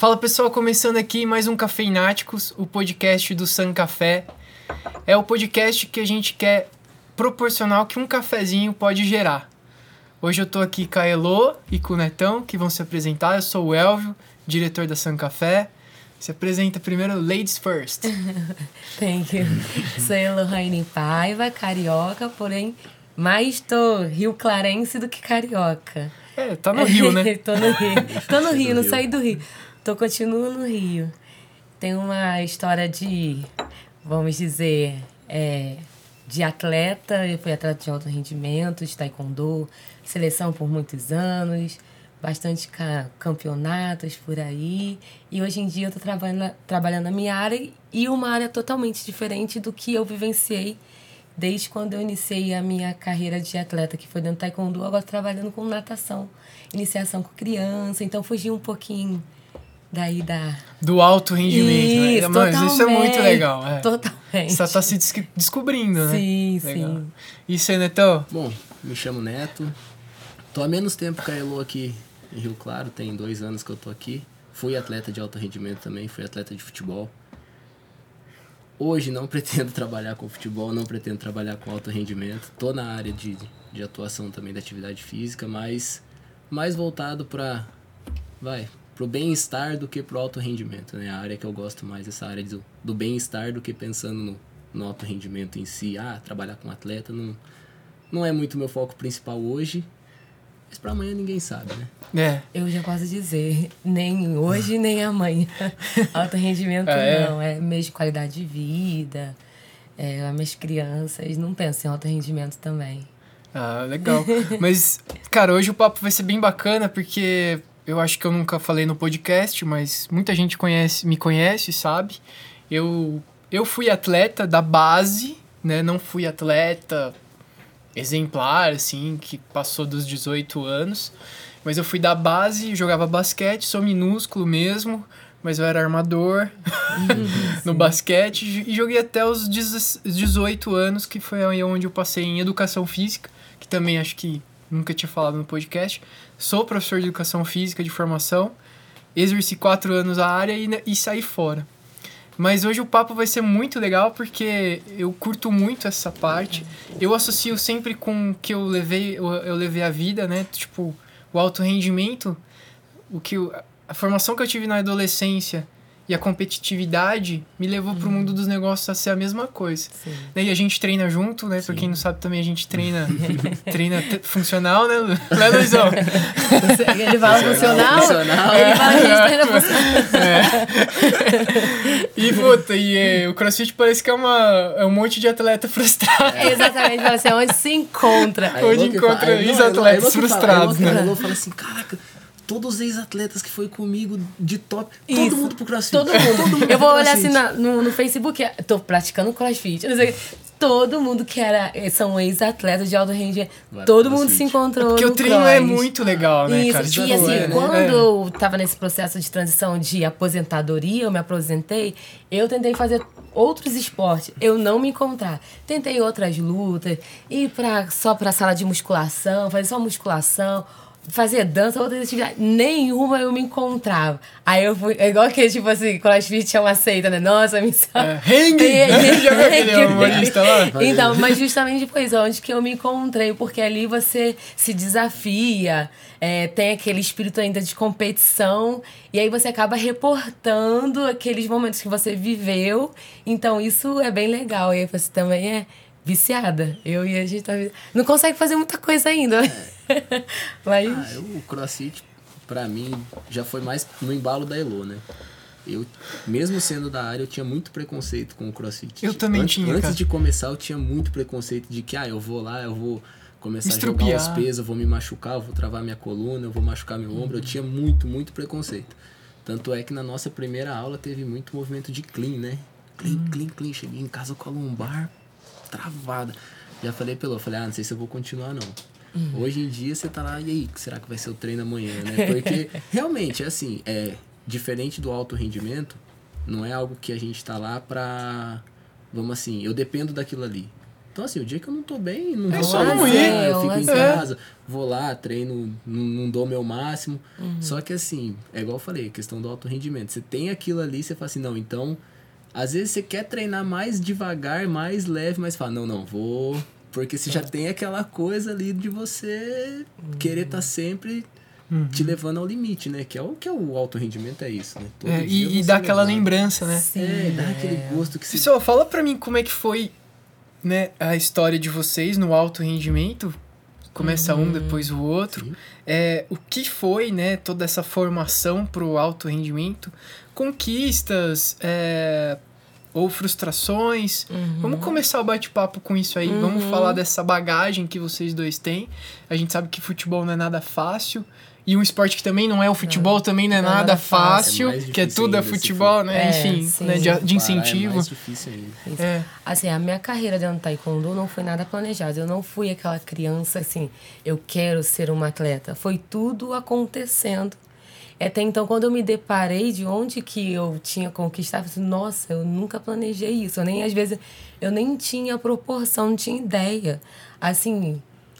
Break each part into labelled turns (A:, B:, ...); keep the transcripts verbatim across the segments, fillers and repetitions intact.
A: Fala pessoal, começando aqui mais um Cafeináticos, o podcast do Sun Café. É o podcast que a gente quer proporcionar o que um cafezinho pode gerar. Hoje eu tô aqui com a Elô e com o Netão, que vão se apresentar. Eu sou o Elvio, diretor da Sun Café. Se apresenta primeiro, ladies first.
B: Thank you. Sou Elohane Paiva, carioca, porém mais tô Rio Clarense do que carioca.
A: É, tá no Rio, né?
B: Tô no Rio. Tô no Rio, não saí do Rio. Tô, continuo no Rio. Tem uma história de, vamos dizer, é, de atleta. Eu fui atleta de alto rendimento, de taekwondo, seleção por muitos anos, bastante ca- campeonatos por aí. E hoje em dia eu tô trabalhando, trabalhando na minha área e uma área totalmente diferente do que eu vivenciei desde quando eu iniciei a minha carreira de atleta, que foi dentro do taekwondo, agora trabalhando com natação, iniciação com criança. Então fugi um pouquinho daí da...
A: Do alto rendimento,
B: isso,
A: né? Mas isso é muito legal. É.
B: Totalmente.
A: Você tá se des- descobrindo, né?
B: Sim,
A: legal.
B: sim.
A: E você, Netão?
C: Bom, me chamo Neto. Tô há menos tempo que a Elô aqui em Rio Claro, tem dois anos que eu tô aqui. Fui atleta de alto rendimento também, fui atleta de futebol. Hoje não pretendo trabalhar com futebol, não pretendo trabalhar com alto rendimento. Tô na área de, de atuação também da atividade física, mas mais voltado para vai, pro bem-estar do que pro alto rendimento, né? A área que eu gosto mais, essa área do, do bem-estar do que pensando no, no alto rendimento em si. Ah, trabalhar com atleta não, não é muito meu foco principal hoje, mas para amanhã ninguém sabe, né?
A: É.
B: Eu já posso dizer, nem hoje, nem amanhã. Alto rendimento
A: ah, é?
B: não, é mês de qualidade de vida. É, as minhas crianças não pensam em alto rendimento também.
A: Ah, legal. Mas, cara, hoje o papo vai ser bem bacana, porque eu acho que eu nunca falei no podcast, mas muita gente conhece, me conhece, sabe? Eu, eu fui atleta da base, né? Não fui atleta exemplar, assim, que passou dos dezoito anos. Mas eu fui da base, jogava basquete, sou minúsculo mesmo, mas eu era armador no basquete. E joguei até os dezoito anos, que foi aí onde eu passei em educação física, que também acho que nunca tinha falado no podcast. Sou professor de educação física de formação, exerci quatro anos a área e, e saí fora. Mas hoje o papo vai ser muito legal porque eu curto muito essa parte. Eu associo sempre com o que eu levei, eu, eu levei a vida, né? Tipo, o alto rendimento, o que eu, a formação que eu tive na adolescência e a competitividade me levou pro mundo dos negócios a ser a mesma coisa.
B: Sim.
A: Daí a gente treina junto, né? Sim. Pra quem não sabe também a gente treina, treina t- funcional, né, Lu? Né, Luizão?
B: Ele fala funcional, funcional. Ele fala a gente treina funcional.
A: É. E, puta, e é, o CrossFit parece que é, uma, é um monte de atleta frustrado.
B: É, exatamente, fala assim, onde se encontra.
C: Aí
A: onde encontra ex-atletas frustrados,
C: fala,
A: né?
C: Aí eu falo assim, caraca, todos os ex-atletas que foi comigo de top,
B: Isso.
C: todo mundo pro CrossFit.
B: Todo mundo.
C: Todo mundo
B: eu vou
C: pro
B: olhar assim
C: CrossFit.
B: na, no, no Facebook, tô praticando CrossFit. Não sei, todo mundo que era, são ex-atletas de alto rendimento,
C: Vai
B: todo
C: pro
B: mundo
C: CrossFit.
B: se encontrou
A: Porque
B: no
A: o treino
B: cross.
A: é muito legal, né,
B: Isso,
A: cara?
B: e
A: Tipo,
B: assim,
A: é, né?
B: quando
A: É.
B: eu tava nesse processo de transição de aposentadoria, eu me aposentei, eu tentei fazer outros esportes, eu não me encontrar. Tentei outras lutas, ir pra, só pra sala de musculação, fazer só musculação, fazer dança, outra atividade, nenhuma eu me encontrava. Aí eu fui, é igual que, tipo assim, CrossFit é uma seita, né? Nossa, me sabe.
A: É, hang! Já viu aquele humorista lá?
B: Então, mas justamente foi isso, onde que eu me encontrei, porque ali você se desafia, é, tem aquele espírito ainda de competição, e aí você acaba reportando aqueles momentos que você viveu, então isso é bem legal, e aí você também é viciada. Eu e a gente tá... Não consegue fazer muita coisa ainda. Mas...
C: Ah, eu, o CrossFit, pra mim, já foi mais no embalo da Elô, né? Eu, mesmo sendo da área, eu tinha muito preconceito com o CrossFit.
A: Eu também
C: antes,
A: tinha,
C: Antes
A: cara.
C: de começar, eu tinha muito preconceito de que, ah, eu vou lá, eu vou começar a
A: Estrupiar.
C: jogar os pesos, eu vou me machucar, eu vou travar minha coluna, eu vou machucar meu ombro. Eu tinha muito, muito preconceito. Tanto é que na nossa primeira aula teve muito movimento de clean, né? Clean,
A: Hum.
C: clean, clean. Cheguei em casa com a lombar travada. Já falei pelo, falei, ah, não sei se eu vou continuar, não. Uhum. Hoje em dia você tá lá, e aí, será que vai ser o treino amanhã, né? Porque realmente, é assim, é diferente do alto rendimento, não é algo que a gente tá lá pra, vamos assim, eu dependo daquilo ali. Então, assim, o dia que eu não tô bem, não
A: é
C: vou
A: só não
C: ir,
A: ir.
C: eu fico em
A: É.
C: casa, vou lá, treino, não, não dou meu máximo.
B: Uhum.
C: Só que, assim, é igual eu falei, a questão do alto rendimento. Você tem aquilo ali, você fala assim, não, então... Às vezes você quer treinar mais devagar, mais leve, mas fala, não, não, vou... Porque você já tem aquela coisa ali de você uhum. querer estar tá sempre uhum. te levando ao limite, né? Que é o que é o alto rendimento, é isso, né? Todo
A: é, e e dá aquela levando. lembrança, né?
C: Sim, é, dá aquele gosto que você...
A: Pessoal, fala pra mim como é que foi, né, a história de vocês no alto rendimento. Começa uhum. um, depois o outro. É, o que foi, né, toda essa formação pro alto rendimento? Conquistas, é, ou frustrações. Uhum. Vamos começar o bate-papo com isso aí. Uhum. Vamos falar dessa bagagem que vocês dois têm. A gente sabe que futebol não é nada fácil. E um esporte que também não é o futebol, não, também não é, não nada, nada fácil, é que é tudo é futebol, né? É, Enfim, sim, né? de, de incentivo. É mais
C: difícil ainda.
B: É. Assim, a minha carreira dentro do taekwondo não foi nada planejada. Eu não fui aquela criança assim, eu quero ser uma atleta. Foi tudo acontecendo. Até então, quando eu me deparei de onde que eu tinha conquistado, eu falei, nossa, eu nunca planejei isso. Eu nem, às vezes, eu nem tinha proporção, não tinha ideia. Assim...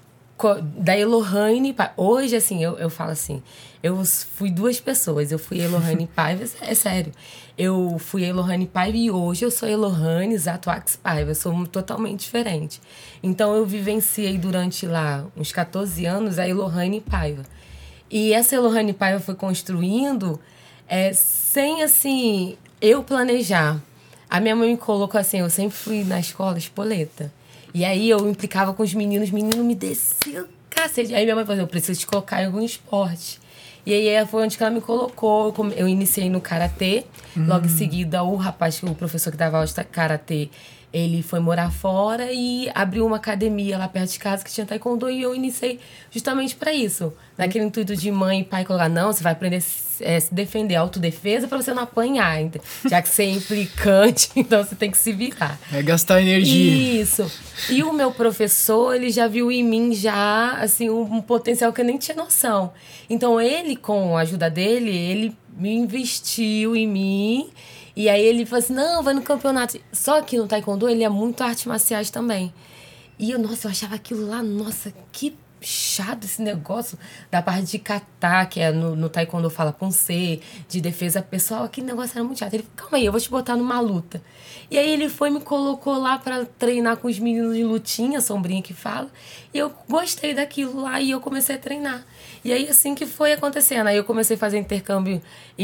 B: da Elohane Paiva. Hoje, assim, eu, eu falo assim, eu fui duas pessoas. Eu fui Elohane Paiva, é sério. Eu fui Elohane Paiva e hoje eu sou Elohane Zatoax Paiva. Eu sou totalmente diferente. Então, eu vivenciei durante lá uns catorze anos a Elohane Paiva. E essa Elohane Paiva foi construindo é, sem, assim, eu planejar. A minha mãe me colocou assim, eu sempre fui na escola espoleta. E aí eu implicava com os meninos, os meninos me desciam, cacete. Aí minha mãe falou, eu preciso te colocar em algum esporte. E aí foi onde que ela me colocou. Eu iniciei no karatê. Uhum. Logo em seguida, o rapaz, o professor que dava aula de karatê, ele foi morar fora e abriu uma academia lá perto de casa que tinha taekwondo. E eu iniciei justamente para isso. Naquele intuito de mãe e pai colocar, não, você vai aprender a é, se defender, autodefesa, para você não apanhar. Já que você é implicante, então você tem que se virar.
A: É gastar energia.
B: Isso. E o meu professor, ele já viu em mim já, assim, um, um potencial que eu nem tinha noção. Então, ele, com a ajuda dele, ele me investiu em mim. E aí ele falou assim, não, vai no campeonato. Só que no taekwondo ele é muito artes marciais também. E eu, nossa, eu achava aquilo lá, nossa, que chato esse negócio da parte de kata, que é no, no taekwondo fala com C, de defesa pessoal. Aquele negócio era muito chato. Ele falou, calma aí, eu vou te botar numa luta. E aí ele foi e me colocou lá pra treinar com os meninos de lutinha, sombrinha que fala. E eu gostei daquilo lá e eu comecei a treinar. E aí assim que foi acontecendo. Aí eu comecei a fazer intercâmbio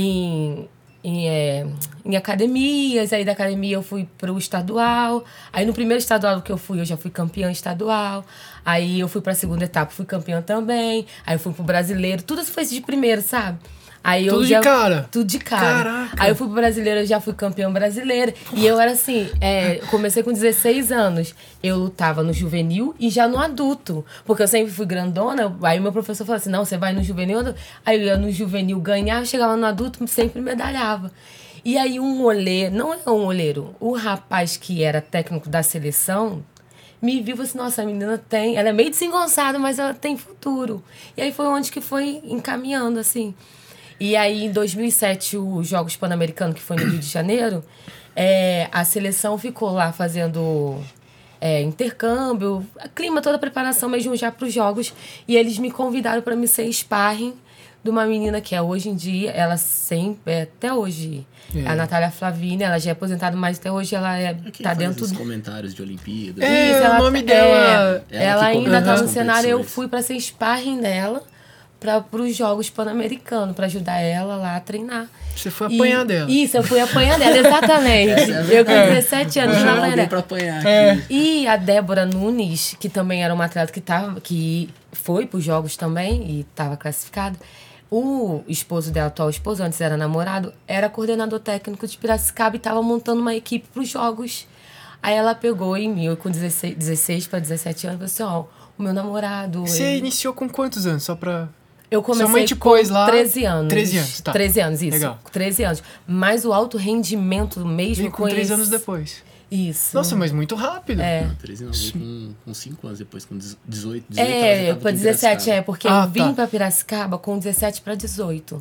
B: em... Em, é, em academias, aí da academia eu fui pro estadual, aí no primeiro estadual que eu fui, eu já fui campeã estadual, aí eu fui pra segunda etapa, fui campeã também, aí eu fui pro brasileiro, tudo isso foi de primeiro, sabe? Aí eu
A: tudo
B: já,
A: de cara?
B: Tudo de cara.
A: Caraca.
B: Aí eu fui pro brasileiro, eu já fui campeã brasileira. E eu era assim, é, comecei com dezesseis anos. Eu lutava no juvenil e já no adulto. Porque eu sempre fui grandona. Aí meu professor falou assim, não, você vai no juvenil. Aí eu ia no juvenil ganhar, chegava no adulto, sempre medalhava. E aí um olheiro, não é um olheiro, o rapaz que era técnico da seleção... me viu e falou assim, nossa, a menina tem... Ela é meio desengonçada, mas ela tem futuro. E aí foi onde que foi encaminhando, assim... E aí, em dois mil e sete, os Jogos Pan-Americanos, que foi no Rio de Janeiro, é, a seleção ficou lá fazendo é, intercâmbio, clima, toda a preparação mesmo já para os Jogos. E eles me convidaram para me ser sparring de uma menina que é hoje em dia, ela sempre, é, até hoje, é. a Natália Flavini, ela já é aposentada, mas até hoje ela é,
C: é
B: tá dentro
C: dos
B: do...
C: comentários de Olimpíadas.
A: É,
B: Isso, ela,
A: o nome dela...
B: É, ela, ela ainda tá no cenário, eu fui para ser sparring dela, para os Jogos Pan-Americanos, para ajudar ela lá a treinar.
A: Você foi apanhar
B: e,
A: dela.
B: Isso, eu fui apanhar dela, exatamente. É eu com dezessete anos,
C: já
B: apanhar
C: pra apanhar
A: é.
B: E a Débora Nunes, que também era uma atleta que, tava, que foi para os Jogos também e estava classificada, o esposo dela, atual esposo, antes era namorado, era coordenador técnico de Piracicaba e estava montando uma equipe para os Jogos. Aí ela pegou em mim, eu com dezesseis para dezessete anos, falou assim, ó, o meu namorado...
A: Você
B: ele...
A: iniciou com quantos anos, só pra...
B: Eu comecei
A: Sua mãe te
B: com
A: pôs lá...
B: treze anos.
A: treze anos, tá.
B: treze anos, isso.
A: Legal.
B: treze anos. Mas o alto rendimento mesmo...
A: E com
B: conheci...
A: três anos depois.
B: Isso.
A: Nossa, mas muito rápido.
B: É.
C: Não, treze não, com, com cinco anos depois, com dezoito, dezoito
B: É, para dezessete, é, porque
A: ah,
B: eu vim
A: tá.
B: para Piracicaba com dezessete para dezoito.
A: Tá.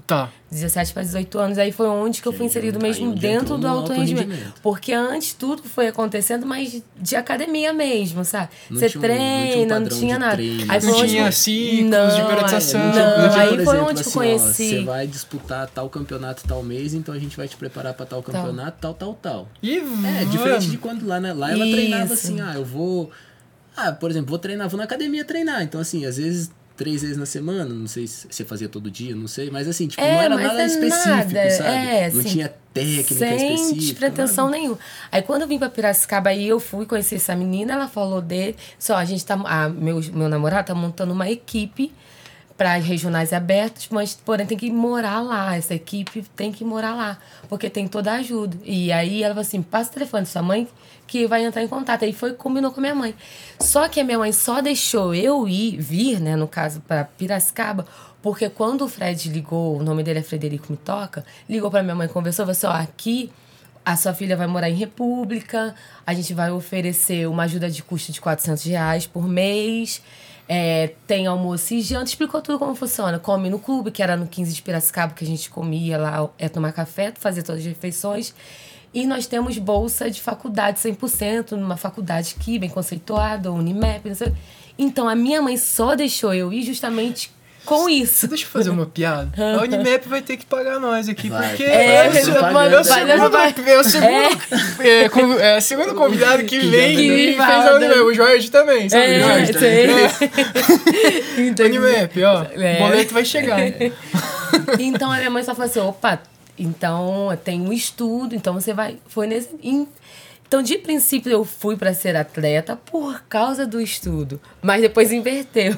B: dezessete para dezoito anos. Aí foi onde que eu fui inserido mesmo dentro do alto rendimento. Porque antes tudo foi acontecendo, mas de academia mesmo, sabe? Você treina, não tinha nada.
A: Aí não tinha ciclos de periodização.
B: Não, aí foi onde que eu conheci.
C: Você vai disputar tal campeonato tal mês, então a gente vai te preparar para tal campeonato, tal, tal, tal.
A: E
C: é, diferente de quando lá, né? Lá ela treinava assim, ah, eu vou... Ah, por exemplo, vou treinar, vou na academia treinar. Então, assim, às vezes... três vezes na semana, não sei se você fazia todo dia, não sei, mas assim, tipo,
B: é,
C: não era nada
B: é
C: específico,
B: nada.
C: sabe?
B: É,
C: não
B: assim,
C: tinha técnica
B: sem
C: específica.
B: Sem pretensão nenhuma. Aí quando eu vim pra Piracicaba, aí eu fui conhecer essa menina, ela falou dele, só, a gente tá, a, meu, meu namorado tá montando uma equipe para regionais abertos, mas porém tem que morar lá, essa equipe tem que morar lá, porque tem toda a ajuda. E aí ela falou assim, passa o telefone da sua mãe, que vai entrar em contato. Aí foi, combinou com a minha mãe. Só que a minha mãe só deixou eu ir, vir, né, no caso, para Piracicaba, porque quando o Fred ligou, o nome dele é Frederico Mitoca, ligou para minha mãe, conversou, falou assim, ó, aqui a sua filha vai morar em República, a gente vai oferecer uma ajuda de custo de quatrocentos reais por mês, é, tem almoço e janta, explicou tudo como funciona. Come no clube, que era no quinze de Piracicaba, que a gente comia lá, é tomar café, fazer todas as refeições. E nós temos bolsa de faculdade cem por cento, numa faculdade aqui, bem conceituada, Unimep, não sei. Então, a minha mãe só deixou eu ir justamente com isso.
A: Deixa eu fazer uma piada. A Unimep vai ter que pagar nós aqui,
C: vai,
A: porque
B: é,
A: é, o segundo, é, é, segundo convidado que, que vem e fez a Unimep. O Jorge também, sabe?
B: É,
A: o Jorge
B: também.
A: Unimep, ó, é. O boleto vai chegar.
B: Então, a minha mãe só falou assim, opa, então tem um estudo, então você vai... Foi nesse... Então, de princípio, eu fui para ser atleta por causa do estudo, mas depois inverteu.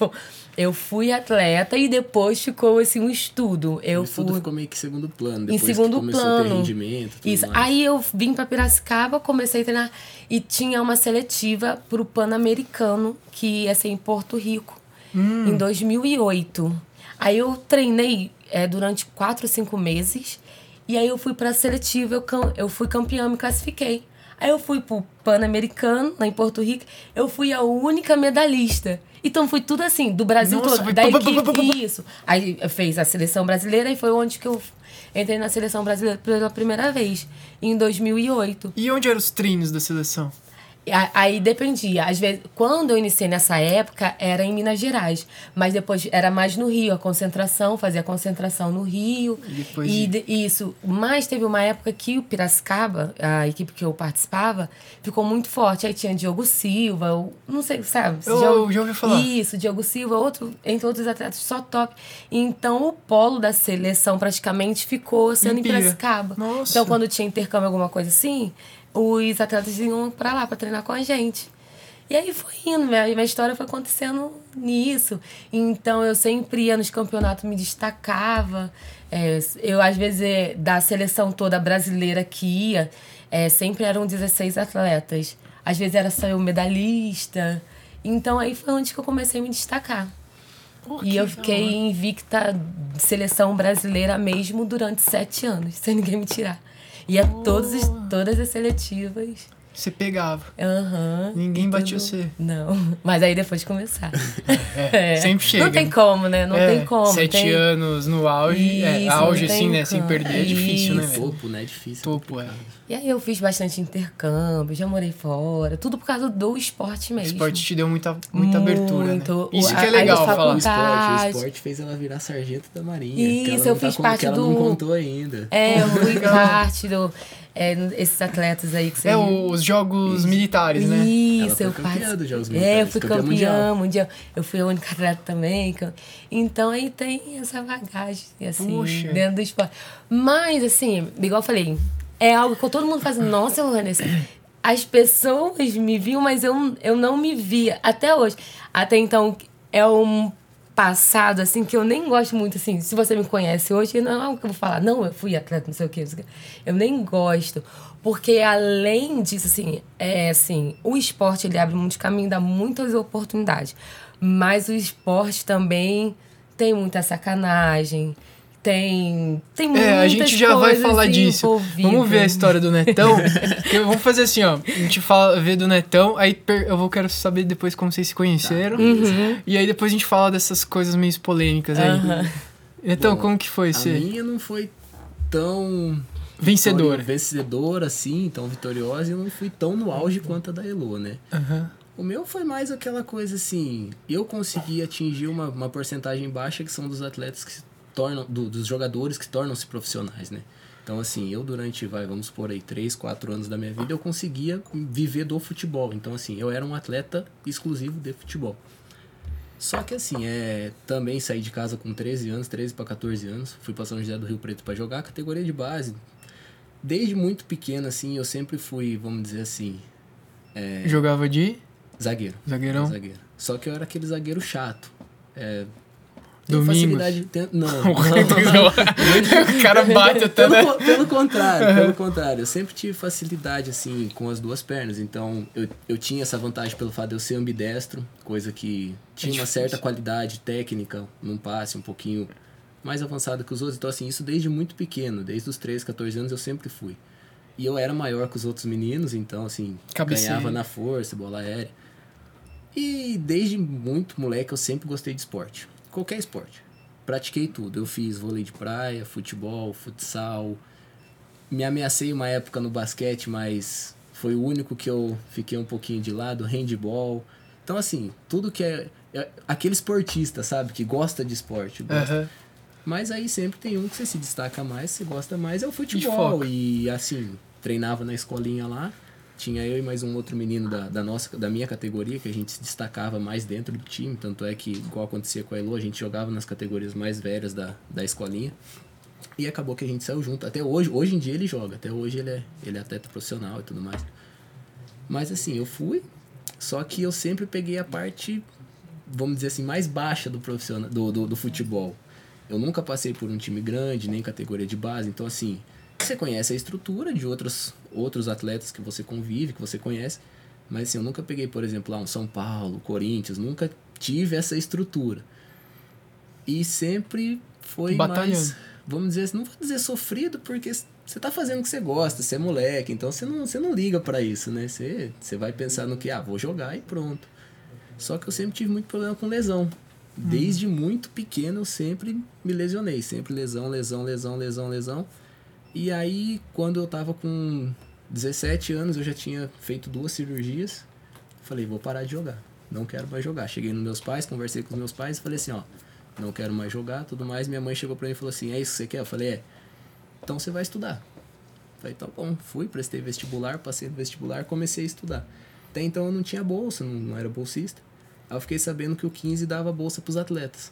B: Eu fui atleta e depois ficou assim um estudo. Eu
C: o estudo
B: fui...
C: ficou meio que segundo plano. Depois
B: em segundo
C: que começou
B: plano.
C: A ter rendimento, tudo
B: Isso.
C: Mais.
B: Aí eu vim para Piracicaba, comecei a treinar e tinha uma seletiva para o Pan-Americano que ia ser em Porto Rico, hum. em dois mil e oito. Aí eu treinei é, durante quatro, cinco meses e aí eu fui para a seletiva, eu, eu fui campeã, me classifiquei. Aí eu fui pro Pan-Americano, lá em Porto Rico, eu fui a única medalhista. Então foi tudo assim, do Brasil
A: Nossa,
B: todo, da equipe, isso. Aí eu fiz a seleção brasileira e foi onde que eu entrei na seleção brasileira pela primeira vez, em dois mil e oito.
A: E onde eram os treinos da seleção?
B: Aí dependia. Às vezes, quando eu iniciei nessa época, era em Minas Gerais. Mas depois era mais no Rio, a concentração, fazia a concentração no Rio.
A: E depois
B: e
A: de...
B: isso. Mas teve uma época que o Piracicaba, a equipe que eu participava, ficou muito forte. Aí tinha Diogo Silva, eu, não sei, sabe?
A: Eu já, já ouvi falar.
B: Isso, Diogo Silva, outro, entre outros atletas, só top. Então, o polo da seleção praticamente ficou sendo em Piracicaba.
A: Nossa.
B: Então, quando tinha intercâmbio, alguma coisa assim, os atletas iam pra lá pra treinar com a gente. E aí foi indo, minha, minha história foi acontecendo nisso. Então eu sempre ia nos campeonatos, me destacava. É, eu, às vezes, da seleção toda brasileira que ia, é, sempre eram dezesseis atletas. Às vezes era só eu medalhista. Então aí foi onde que eu comecei a me destacar. Oh, e eu fiquei bom. invicta de seleção brasileira mesmo durante sete anos, sem ninguém me tirar. Ia oh. todos, todas as seletivas.
A: Você pegava.
B: Uhum,
A: Ninguém batia você.
B: Não, mas aí depois de começar.
A: É, é, sempre chega.
B: Não tem como, né? Não
A: é,
B: tem como.
A: Sete
B: tem...
A: anos no auge. Isso, é, auge assim, né? Sem perder é difícil, né?
C: Velho? Topo, né? É difícil.
A: Topo, é.
B: E aí eu fiz bastante intercâmbio, já morei fora. Tudo por causa do esporte mesmo.
A: O esporte te deu muita, muita
B: Muito.
A: abertura, né? Isso que é legal falar.
C: O esporte, o esporte fez ela virar sargento da Marinha.
B: Isso, eu fiz
C: tá
B: parte
C: que ela
B: do...
C: não contou ainda.
B: É, eu fui parte do... É, esses atletas aí que você...
A: É, os jogos
B: Isso.
A: militares, né?
B: Isso,
C: ela
B: eu
C: foi campeã dos jogos
B: É,
C: militares,
B: eu fui
C: campeã
B: campeã
C: mundial.
B: mundial. Eu fui a única atleta também. Então, aí tem essa bagagem, assim,
A: Puxa.
B: dentro do esporte. Mas, assim, igual eu falei, é algo que todo mundo faz. Nossa, Vanessa, as pessoas me viam, mas eu, eu não me via. Até hoje. Até então, é um passado, assim, que eu nem gosto muito, assim. Se você me conhece hoje, não é algo que eu vou falar. Não, eu fui atleta, não sei o quê. Não sei o quê. Eu nem gosto. Porque, além disso, assim, é assim, o esporte, ele abre muitos caminhos, dá muitas oportunidades. Mas o esporte também tem muita sacanagem, tem, tem muitas
A: É, a gente já vai falar
B: assim,
A: disso.
B: envolvidas.
A: Vamos ver a história do Netão. Vamos fazer assim, ó. A gente fala, vê do Netão, aí per, eu vou quero saber depois como vocês se conheceram.
B: Tá. Uhum.
A: E aí depois a gente fala dessas coisas meio polêmicas aí.
B: Uhum.
A: Então,
C: Bom,
A: como que foi?
C: A
A: Você...
C: minha não foi tão...
A: Vencedora.
C: Vencedora, assim, tão vitoriosa, e eu não fui tão no auge quanto a da Elo, né?
A: Uhum.
C: O meu foi mais aquela coisa assim, eu consegui atingir uma, uma porcentagem baixa que são dos atletas que se tornam, do, dos jogadores que tornam-se profissionais, né? Então assim, eu durante, vai, vamos supor aí, três, quatro anos da minha vida, eu conseguia viver do futebol. Então assim, eu era um atleta exclusivo de futebol. Só que assim, é, também saí de casa com treze anos, treze para quatorze anos, fui para São José do Rio Preto para jogar categoria de base. Desde muito pequeno, assim, eu sempre fui, vamos dizer assim... É,
A: jogava de?
C: Zagueiro.
A: Zagueirão?
C: Zagueiro. Só que eu era aquele zagueiro chato. É,
A: Domingos?
C: Facilidade... Tem, não.
A: não. O cara bate até...
C: Pelo,
A: né?
C: pelo contrário, pelo contrário. Eu sempre tive facilidade, assim, com as duas pernas. Então, eu, eu tinha essa vantagem pelo fato de eu ser ambidestro, coisa que tinha
A: é
C: uma certa qualidade técnica, num passe um pouquinho mais avançado que os outros. Então, assim, isso desde muito pequeno. Desde os treze, quatorze anos eu sempre fui. E eu era maior que os outros meninos, então, assim,
A: Cabeceio.
C: Ganhava na força, bola aérea. E desde muito moleque eu sempre gostei de esporte. Qualquer esporte. Pratiquei tudo. Eu fiz vôlei de praia, futebol, futsal. Me ameacei uma época no basquete, mas foi o único que eu fiquei um pouquinho de lado. Handball. Então, assim, tudo que é... é aquele esportista, sabe? Que gosta de esporte. Gosta. Uhum. Mas aí sempre tem um que você se destaca mais, você gosta mais, é o futebol. E assim, treinava na escolinha lá. Tinha eu e mais um outro menino da, da, nossa, da minha categoria, que a gente se destacava mais dentro do time. Tanto é que, igual acontecia com a Elo, a gente jogava nas categorias mais velhas da, da escolinha. E acabou que a gente saiu junto. Até hoje, hoje em dia ele joga. Até hoje ele é, ele é atleta profissional e tudo mais. Mas assim, eu fui. Só que eu sempre peguei a parte, vamos dizer assim, mais baixa do, profissional, do, do, do futebol. Eu nunca passei por um time grande, nem categoria de base. Então, assim, você conhece a estrutura de outros, outros atletas que você convive, que você conhece. Mas, assim, eu nunca peguei, por exemplo, lá um São Paulo, Corinthians. Nunca tive essa estrutura. E sempre foi
A: batalhando.
C: Mais, vamos dizer assim, não vou dizer sofrido, porque você tá fazendo o que você gosta, você é moleque. Então, você não, você não liga pra isso, né? Você, você vai pensar no que, ah, vou jogar e pronto. Só que eu sempre tive muito problema com lesão. Desde muito pequeno eu sempre me lesionei. Sempre lesão, lesão, lesão, lesão, lesão. E aí, quando eu tava com dezessete anos, eu já tinha feito duas cirurgias. Falei, vou parar de jogar. Não quero mais jogar. Cheguei nos meus pais, conversei com os meus pais e falei assim, ó, não quero mais jogar, tudo mais. Minha mãe chegou pra mim e falou assim, é isso que você quer? Eu falei, é. Então você vai estudar. Falei, tá bom. Fui, prestei vestibular, passei no vestibular, comecei a estudar. Até então eu não tinha bolsa, não, não era bolsista. Aí eu fiquei sabendo que o quinze dava bolsa pros atletas.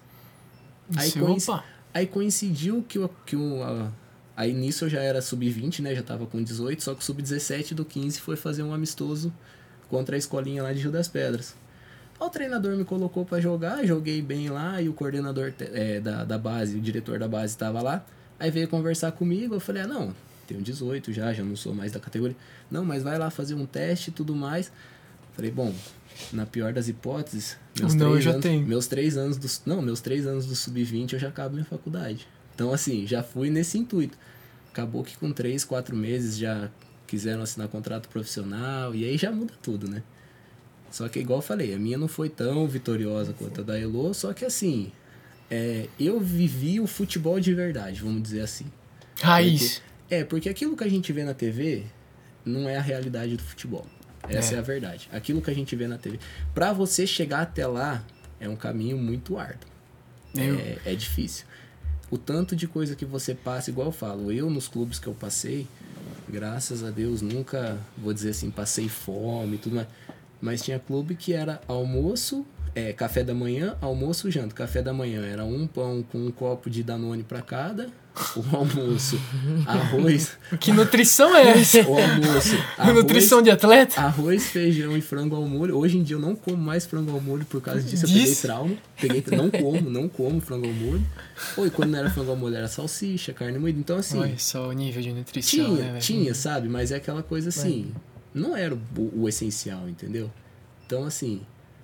C: Aí, coinc... aí coincidiu que, o, que o, a... aí nisso eu já era sub vinte, né? Já tava com dezoito, só que o sub dezessete do quinze foi fazer um amistoso contra a escolinha lá de Rio das Pedras. Aí o treinador me colocou pra jogar, joguei bem lá, e o coordenador é, da, da base, o diretor da base tava lá. Aí veio conversar comigo, eu falei, ah, não, tenho dezoito já, já não sou mais da categoria. Não, mas vai lá fazer um teste e tudo mais. Falei, bom... Na pior das hipóteses, meus,
A: não,
C: três,
A: já
C: anos,
A: tenho.
C: meus três anos do não, meus três anos do sub vinte eu já acabo minha faculdade. Então, assim, já fui nesse intuito. Acabou que com três, quatro meses já quiseram assinar contrato profissional, e aí já muda tudo, né? Só que, igual eu falei, a minha não foi tão vitoriosa quanto a da Elo, só que, assim, é, eu vivi o futebol de verdade, vamos dizer assim.
A: Raiz.
C: Porque, é, porque aquilo que a gente vê na T V não é a realidade do futebol. Essa é. é a verdade. Aquilo que a gente vê na T V. Pra você chegar até lá, é um caminho muito árduo. É, é difícil. O tanto de coisa que você passa, igual eu falo, eu nos clubes que eu passei, graças a Deus, nunca, vou dizer assim, passei fome e tudo mais. Mas tinha clube que era almoço, é, café da manhã, almoço, janta. Café da manhã era um pão com um copo de Danone pra cada. O almoço, arroz...
A: Que nutrição é essa?
C: O almoço, arroz,
A: nutrição de atleta?
C: Arroz, feijão e frango ao molho. Hoje em dia eu não como mais frango ao molho por causa disso. Eu peguei trauma. Peguei, não como, não como frango ao molho. Ou e quando não era frango ao molho era salsicha, carne moída. Então assim...
A: Olha só o nível de nutrição,
C: tinha,
A: né,
C: tinha, sabe? Mas é aquela coisa assim...
A: Vai.
C: Não era o, o essencial, entendeu? Então assim...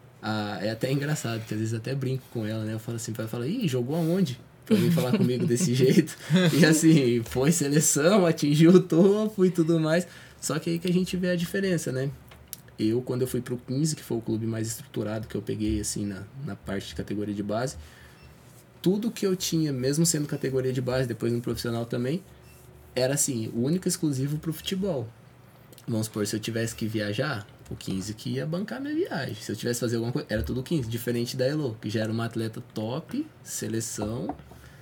C: A, é até engraçado, que às vezes até brinco com ela, né? Eu falo assim, ela fala, ih, jogou aonde? Pra vir falar comigo desse jeito. E assim, foi seleção, atingiu o topo e tudo mais. Só que aí que a gente vê a diferença, né? Eu, quando eu fui pro quinze, que foi o clube mais estruturado que eu peguei, assim, na, na parte de categoria de base, tudo que eu tinha, mesmo sendo categoria de base, depois no profissional também, era assim, o único exclusivo pro futebol. Vamos supor, se eu tivesse que viajar, o quinze que ia bancar minha viagem. Se eu tivesse que fazer alguma coisa, era tudo quinze. Diferente da Elo, que já era uma atleta top, seleção,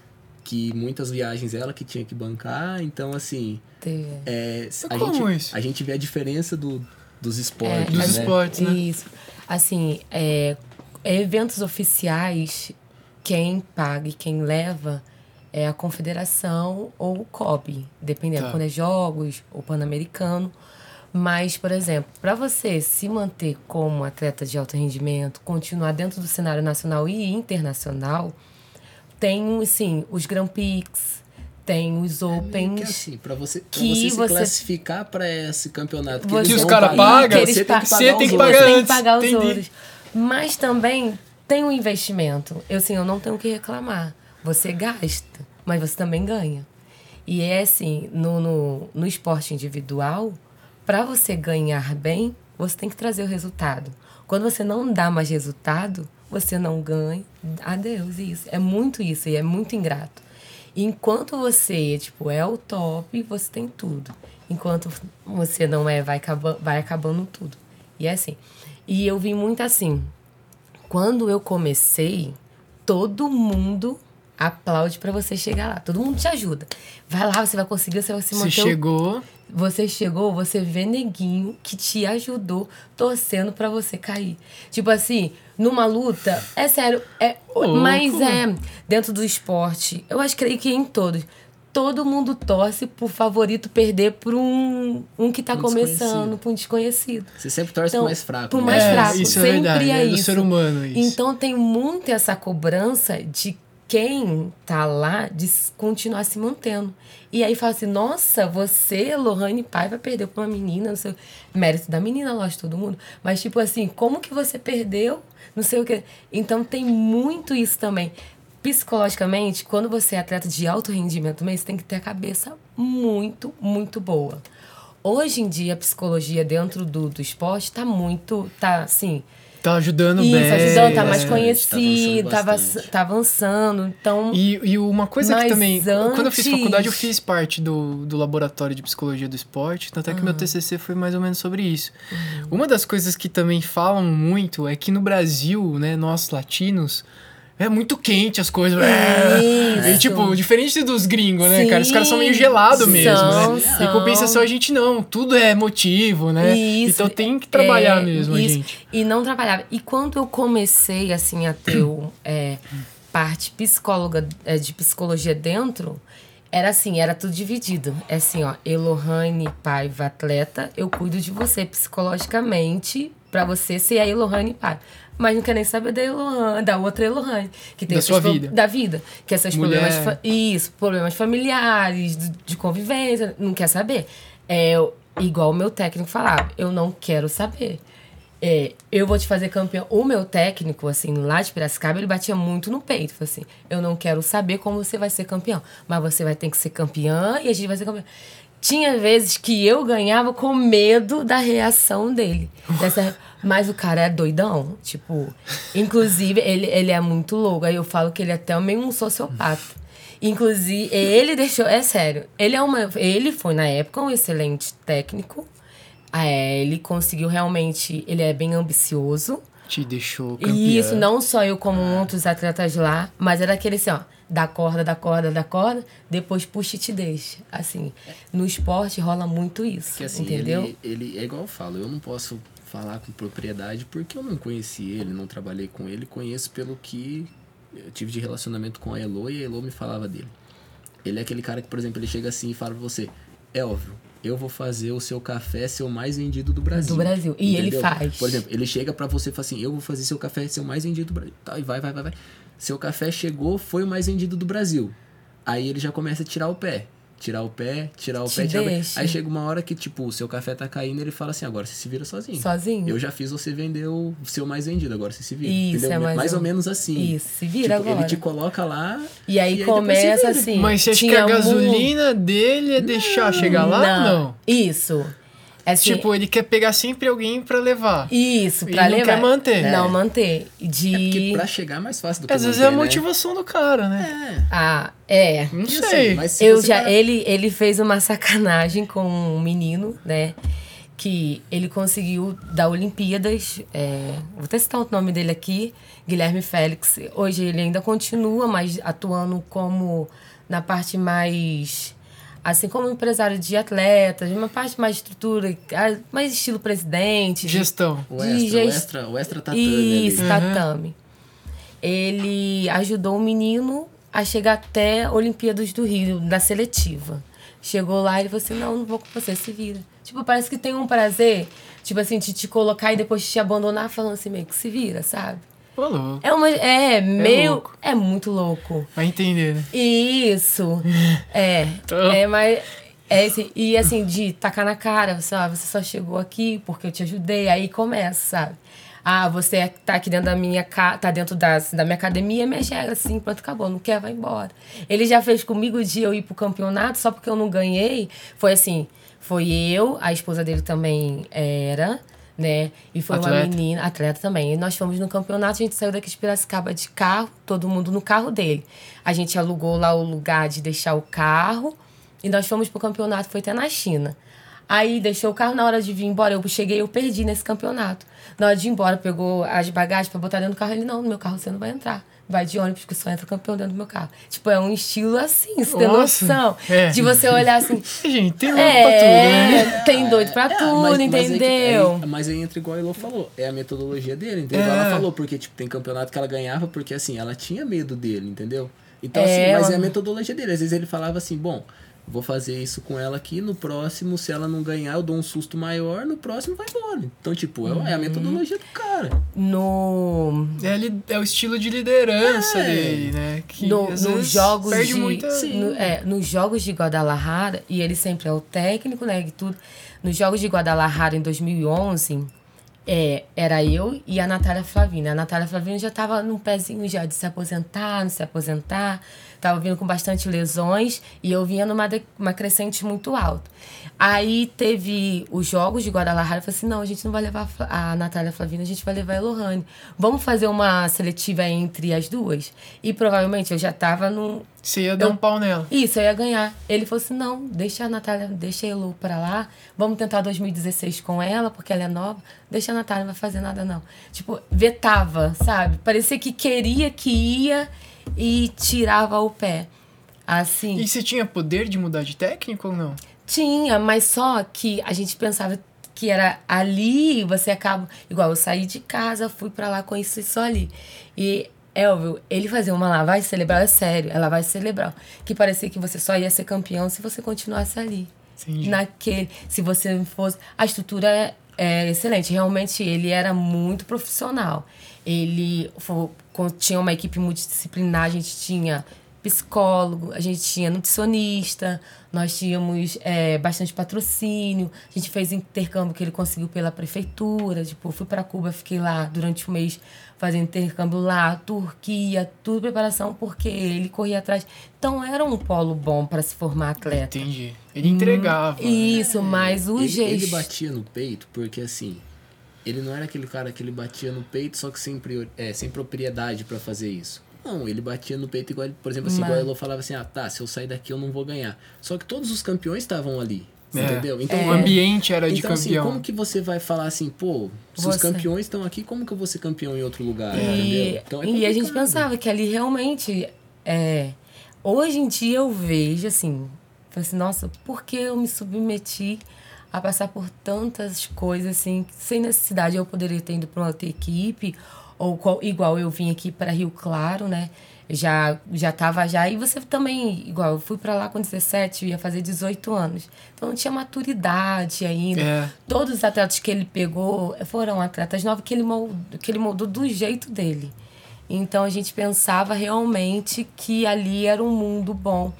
C: que muitas viagens ela que tinha que bancar. Então, assim, é, a,
A: como
C: gente,
A: isso?
C: a gente vê a diferença do, dos esportes,
B: é,
A: Dos
C: né?
A: esportes, né?
B: Isso. Assim, é, eventos oficiais, quem paga e quem leva é a confederação ou o C O B, dependendo,
A: Tá.
B: quando é jogos ou pan-americano. Mas, por exemplo, para você se manter como atleta de alto rendimento, continuar dentro do cenário nacional e internacional, tem, assim, os Grand Prix, tem os Opens.
C: Que assim, pra você, pra
B: que
C: você se
B: você-
C: classificar pra esse campeonato que,
B: Você-
C: eles
A: Que os
C: vão
A: cara
C: pagar,
A: paga,
B: que eles
C: você tem
B: pa-
C: que
A: você
C: pagar
A: tem
C: os
A: que
C: outros.
A: pagar
B: Você tem que
A: antes,
B: pagar os
A: entendi.
B: outros. Mas também tem um investimento. Eu, assim, eu não tenho o que reclamar. Você gasta, mas você também ganha. E é assim, no, no, no esporte individual, para você ganhar bem, você tem que trazer o resultado. Quando você não dá mais resultado, você não ganha. Adeus, isso. É muito isso e é muito ingrato. Enquanto você, tipo, é o top, você tem tudo. Enquanto você não é, vai, acaba, vai acabando tudo. E é assim. E eu vi muito assim. Quando eu comecei, todo mundo aplaude pra você chegar lá. Todo mundo te ajuda. Vai lá, você vai conseguir, você vai se
A: Você
B: manter... o-
A: chegou...
B: Você chegou, você vê neguinho que te ajudou torcendo pra você cair. Tipo assim, numa luta, é sério, é,
A: Louco.
B: mas é dentro do esporte, eu acho creio que em todos, todo mundo torce por favorito perder por um, um que tá
C: Um
B: começando,
C: desconhecido.
B: por um desconhecido.
C: Você sempre torce
B: Então,
C: pro mais fraco.
B: Por
C: né?
B: mais
A: É,
B: fraco.
A: isso é
B: Sempre
A: verdade,
B: é
A: é do
B: isso.
A: ser humano isso.
B: Então tem muito essa cobrança de quem tá lá de s- continuar se mantendo. E aí fala assim, nossa, você, Lohane Pai, vai perder pra uma menina, não sei. Mérito da menina, lógico, todo mundo. Mas, tipo assim, como que você perdeu? Não sei o quê. Então tem muito isso também. Psicologicamente, quando você é atleta de alto rendimento também, você tem que ter a cabeça muito, muito boa. Hoje em dia, a psicologia dentro do, do esporte tá muito, tá assim...
A: Tá ajudando
B: Isso,
A: bem.
B: ajudando, tá mais
C: é,
B: conhecido,
C: tá
B: tá,
C: avançando
B: avançando, tá avançando. Então,
A: E, e uma coisa que
B: Mas
A: também... Quando eu fiz
B: antes-
A: faculdade, eu fiz parte do, do laboratório de psicologia do esporte. Tanto é que meu T C C foi mais ou menos sobre isso. Uma das coisas que também falam muito é que no Brasil, né, nós latinos... É muito quente as coisas.
B: Isso.
A: E, tipo, diferente dos gringos, né, cara? Os caras são meio
B: Sim,
A: gelados mesmo,
B: são,
A: né?
B: são.
A: Em compensação, a gente não. Tudo é motivo, né?
B: Isso,
A: Então tem que trabalhar
B: é,
A: mesmo, a
B: isso.
A: gente.
B: E não trabalhava. E quando eu comecei, assim, a ter o, é, parte psicóloga, é, de psicologia dentro, era assim, era tudo dividido. É assim, ó, Elohane Paiva, atleta, eu cuido de você psicologicamente pra você ser a Elohane Paiva. Mas não quer nem saber da Elohane, da outra Elohane. Que tem
A: Da
B: esses
A: sua
B: pro-
A: vida.
B: Da vida. Que esses
A: Mulher.
B: problemas... fa- Isso, problemas familiares, de, de convivência, não quer saber. É igual o meu técnico falava, eu não quero saber. É, eu vou te fazer campeão. O meu técnico, assim, lá de Piracicaba, ele batia muito no peito. Falou assim, eu não quero saber como você vai ser campeão, mas você vai ter que ser campeã e a gente vai ser campeão. Tinha vezes que eu ganhava com medo da reação dele. Dessa, mas o cara é doidão. Tipo, inclusive, ele, ele é muito louco. Aí eu falo que ele é até meio um sociopata. Inclusive, ele deixou... É sério. Ele, é uma, ele foi, na época, um excelente técnico. É, ele conseguiu realmente... Ele é bem ambicioso.
A: Te deixou campeã.
B: E isso, não só eu, como outros atletas lá. Mas era aquele assim, ó... Da corda, da corda, da corda. Depois puxa e te deixa. Assim, no esporte rola muito isso.
C: Porque assim,
B: entendeu?
C: ele, ele é igual eu falo, eu não posso falar com propriedade porque eu não conheci ele, não trabalhei com ele, conheço pelo que eu tive de relacionamento com a Elo e a Elo me falava dele. Ele é aquele cara que, por exemplo, ele chega assim e fala pra você, Elvio, eu vou fazer o seu café ser o mais vendido do Brasil.
B: Do Brasil. E ele faz.
C: Por exemplo, ele chega pra você e fala assim, eu vou fazer seu café ser o mais vendido do Brasil. Tá, e vai, vai, vai, vai. Seu café chegou, foi o mais vendido do Brasil. Aí ele já começa a tirar o pé. Tirar o pé, tirar o
B: Te
C: pé, tirar o pé.
B: deixa.
C: Aí chega uma hora que, tipo, o seu café tá caindo, ele fala assim, agora você se vira sozinho.
B: Sozinho.
C: Eu já fiz você vender o seu mais vendido, agora você se vira.
B: Isso,
C: entendeu?
B: é mais
C: ou
B: um-
C: menos assim.
B: Isso, se vira
C: Tipo,
B: agora.
C: Ele te coloca lá...
B: E aí,
C: depois
B: começa
C: você vira.
B: assim...
A: Mas você acha que
B: tinha
A: a
B: mu-
A: gasolina dele é deixar chegar lá ou não?
B: Isso. Assim,
A: tipo, ele quer pegar sempre alguém pra levar.
B: Isso, pra
A: ele
B: levar.
A: não quer manter.
B: Não
C: É.
B: manter. De...
C: É porque pra chegar é mais fácil do que
A: Às
C: manter,
A: vezes é a
C: né?
A: motivação do cara, né?
C: É.
B: Ah, é.
A: Não
C: E
A: sei.
C: assim, mas se
B: Eu
C: você
B: já,
C: parar-
B: ele, ele fez uma sacanagem com um menino, né? Que ele conseguiu da Olimpíadas. É, vou até citar o nome dele aqui, Guilherme Félix. Hoje ele ainda continua, mas atuando como na parte mais. Assim como empresário de atletas, uma parte mais estrutura, mais estilo presidente. de-
A: Gestão.
C: O
B: de
C: extra, o
B: gest-
C: extra, o extra tatame
B: Isso,
C: ali.
B: tatame. Ele ajudou o menino a chegar até a Olimpíadas do Rio, da seletiva. Chegou lá e ele falou assim, não, não vou com você, se vira. Tipo, parece que tem um prazer, tipo assim, de te colocar e depois te abandonar falando assim, meio que se vira, sabe?
A: Pô, louco.
B: É uma... É, meio...
A: louco.
B: É muito louco.
A: Vai entender, né?
B: Isso. É.
A: Então.
B: É, mas... É esse, e assim, de tacar na cara, sabe? Você só chegou aqui porque eu te ajudei. Aí começa, sabe? Ah, você tá aqui dentro da minha ca... tá dentro das, da minha academia, minha regra, assim, pronto, acabou, não quer, vai embora. Ele já fez comigo de eu ir pro campeonato, só porque eu não ganhei. Foi assim, foi eu, a esposa dele também era, né? E foi
A: Atleta.
B: uma menina, atleta também. E nós fomos no campeonato, a gente saiu daqui de Piracicaba de carro, todo mundo no carro dele. A gente alugou lá o lugar de deixar o carro e nós fomos pro campeonato, foi até na China. Aí deixou o carro, na hora de vir embora, eu cheguei, eu perdi nesse campeonato. Na hora de ir embora, pegou as bagagens pra botar dentro do carro. Ele, não, no meu carro você não vai entrar. Vai de ônibus, que só entra campeão dentro do meu carro. Tipo, é um estilo assim, você tem
A: Nossa,
B: noção.
A: é.
B: De você olhar assim...
A: Gente, tem louco pra tudo, né?
B: É, tem doido pra tudo,
C: mas, mas aí que-
B: entendeu?
C: aí- Mas aí entra igual a Elô falou. É a metodologia dele, entendeu?
A: É.
C: Ela falou, porque tipo, tem campeonato que ela ganhava porque assim, ela tinha medo dele, entendeu? Então,
B: É,
C: assim, mas
B: ela-
C: é a metodologia dele. Às vezes ele falava assim, bom, vou fazer isso com ela aqui, no próximo, se ela não ganhar, eu dou um susto maior, no próximo vai embora. Então, tipo, é- é a
B: Uhum.
C: metodologia do cara.
B: No...
A: É, li- é o estilo de liderança
C: É.
A: dele, né? Que
B: No,
A: às
B: nos
A: vezes
B: jogos
A: perde
B: de
A: muita...
B: no- é, nos jogos de Guadalajara, e ele sempre é o técnico, né, e tudo. Nos jogos de Guadalajara em dois mil e onze, é, era eu e a Natália Flavina. A Natália Flavina já estava num pezinho já de se aposentar, não se aposentar, estava vindo com bastante lesões e eu vinha numa de- uma crescente muito alta. Aí teve os jogos de Guadalajara, eu falei assim, não, a gente não vai levar a Fla- a Natália Flavina, a gente vai levar a Elohane. Vamos fazer uma seletiva entre as duas? E provavelmente eu já estava num...
A: Você ia dar
B: Eu-
A: um pau nela.
B: Isso, eu ia ganhar. Ele falou assim, não, deixa a Natália, deixa a Elu pra lá, vamos tentar dois mil e dezesseis com ela, porque ela é nova, deixa a Natália, não vai fazer nada não. Tipo, vetava, sabe? Parecia que queria, que ia e tirava o pé. Assim...
A: E você tinha poder de mudar de técnico ou não?
B: Tinha, mas só que a gente pensava que era ali, você acaba... Igual, eu saí de casa, fui pra lá, conheci isso ali. E, Elvio, ele fazia uma lavagem cerebral, é sério, é lavagem cerebral, que parecia que você só ia ser campeão se você continuasse ali.
A: Entendi.
B: Naquele... Se você fosse... A estrutura é, é excelente. Realmente, ele era muito profissional. Ele fo- com- tinha uma equipe multidisciplinar, a gente tinha... psicólogo, a gente tinha nutricionista, nós tínhamos é, bastante patrocínio, a gente fez intercâmbio que ele conseguiu pela prefeitura, tipo, fui para Cuba, fiquei lá durante um mês fazendo intercâmbio lá, Turquia, tudo preparação, porque ele corria atrás. Então era um polo bom para se formar atleta.
A: Entendi. Ele entregava. né?
B: Isso, mas o
C: ele,
B: jeito...
C: ele batia no peito porque, assim, ele não era aquele cara que ele batia no peito só que sem, prior, é, sem propriedade pra fazer isso. Não, ele batia no peito igual, por exemplo, assim,
B: Mas-
C: igual a Elo falava assim, ah, tá, se eu sair daqui eu não vou ganhar. Só que todos os campeões estavam ali,
A: É.
C: entendeu? Então,
A: O ambiente era de
C: então, assim,
A: campeão.
C: como que você vai falar assim, pô, se os
B: Você-
C: campeões estão aqui, como que eu vou ser campeão em outro lugar,
B: E,
C: entendeu? Então, é
B: e a gente
C: complicado.
B: pensava que ali realmente... É, hoje em dia eu vejo assim... Falei assim, nossa, por que eu me submeti a passar por tantas coisas assim, sem necessidade? Eu poderia ter ido para uma outra equipe, ou qual- igual eu vim aqui para Rio Claro, né? Já já tava já, e você também, igual, eu fui para lá com dezessete, eu ia fazer dezoito anos. Então não tinha maturidade ainda.
A: É.
B: Todos os atletas que ele pegou foram atletas novos que ele moldou, que ele moldou do jeito dele. Então a gente pensava realmente que ali era um mundo bom,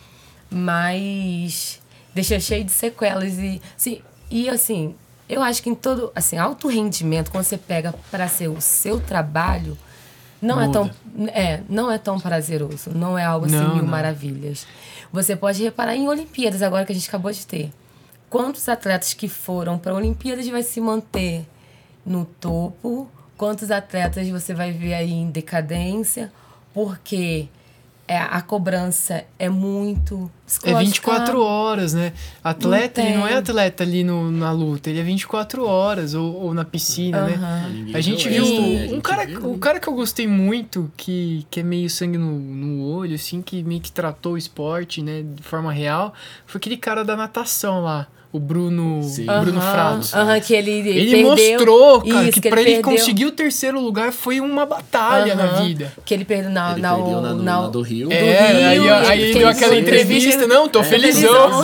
B: mas deixa cheio de sequelas e assim, e assim, eu acho que em todo, assim, alto rendimento, quando você pega para ser o seu trabalho, não
A: Muda.
B: é tão é, não é tão prazeroso, não é algo assim
A: Não,
B: mil
A: não.
B: maravilhas. Você pode reparar em Olimpíadas agora que a gente acabou de ter. quantos atletas que foram para a Olimpíadas vai se manter no topo, quantos atletas você vai ver aí em decadência, porque é, a cobrança é muito
A: É vinte e quatro horas, né? Atleta,
B: não
A: ele não é atleta ali no, na luta, ele é vinte e quatro horas, ou, ou na piscina,
B: uhum.
A: né? A gente viu
C: extra,
A: um,
C: né? A gente
A: cara,
C: viu,
A: o cara que eu gostei muito, que, que é meio sangue no, no olho, assim, que meio que tratou o esporte, né, de forma real, foi aquele cara da natação lá. O Bruno,
C: Sim.
A: Bruno
B: uhum,
A: Fratos.
B: uhum, que ele, ele,
A: Ele
B: perdeu,
A: mostrou, cara,
B: isso,
A: que,
B: que
A: pra
B: ele
A: ele
B: perdeu,
A: conseguir o terceiro lugar foi uma batalha
B: uhum,
A: na vida.
B: Que ele perdeu na,
C: Ele
B: na,
C: perdeu na,
B: na,
C: na do Rio.
A: É,
B: do Rio,
A: aí,
B: ele
A: aí ele deu
B: fez
A: aquela
B: uma
A: entrevista, não, tô
C: É,
A: felizão.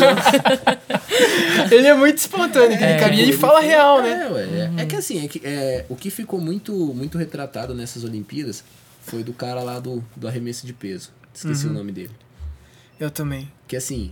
A: Ele é muito espontâneo, aquele
C: É,
A: cara, e ele
C: ele
A: fala
C: foi-
A: real, né?
C: É, ué, é, é que assim, é que, é, o que ficou muito, muito retratado nessas Olimpíadas foi do cara lá do, do arremesso de peso. Esqueci
A: Uhum.
C: o nome dele.
A: Eu também.
C: Que assim,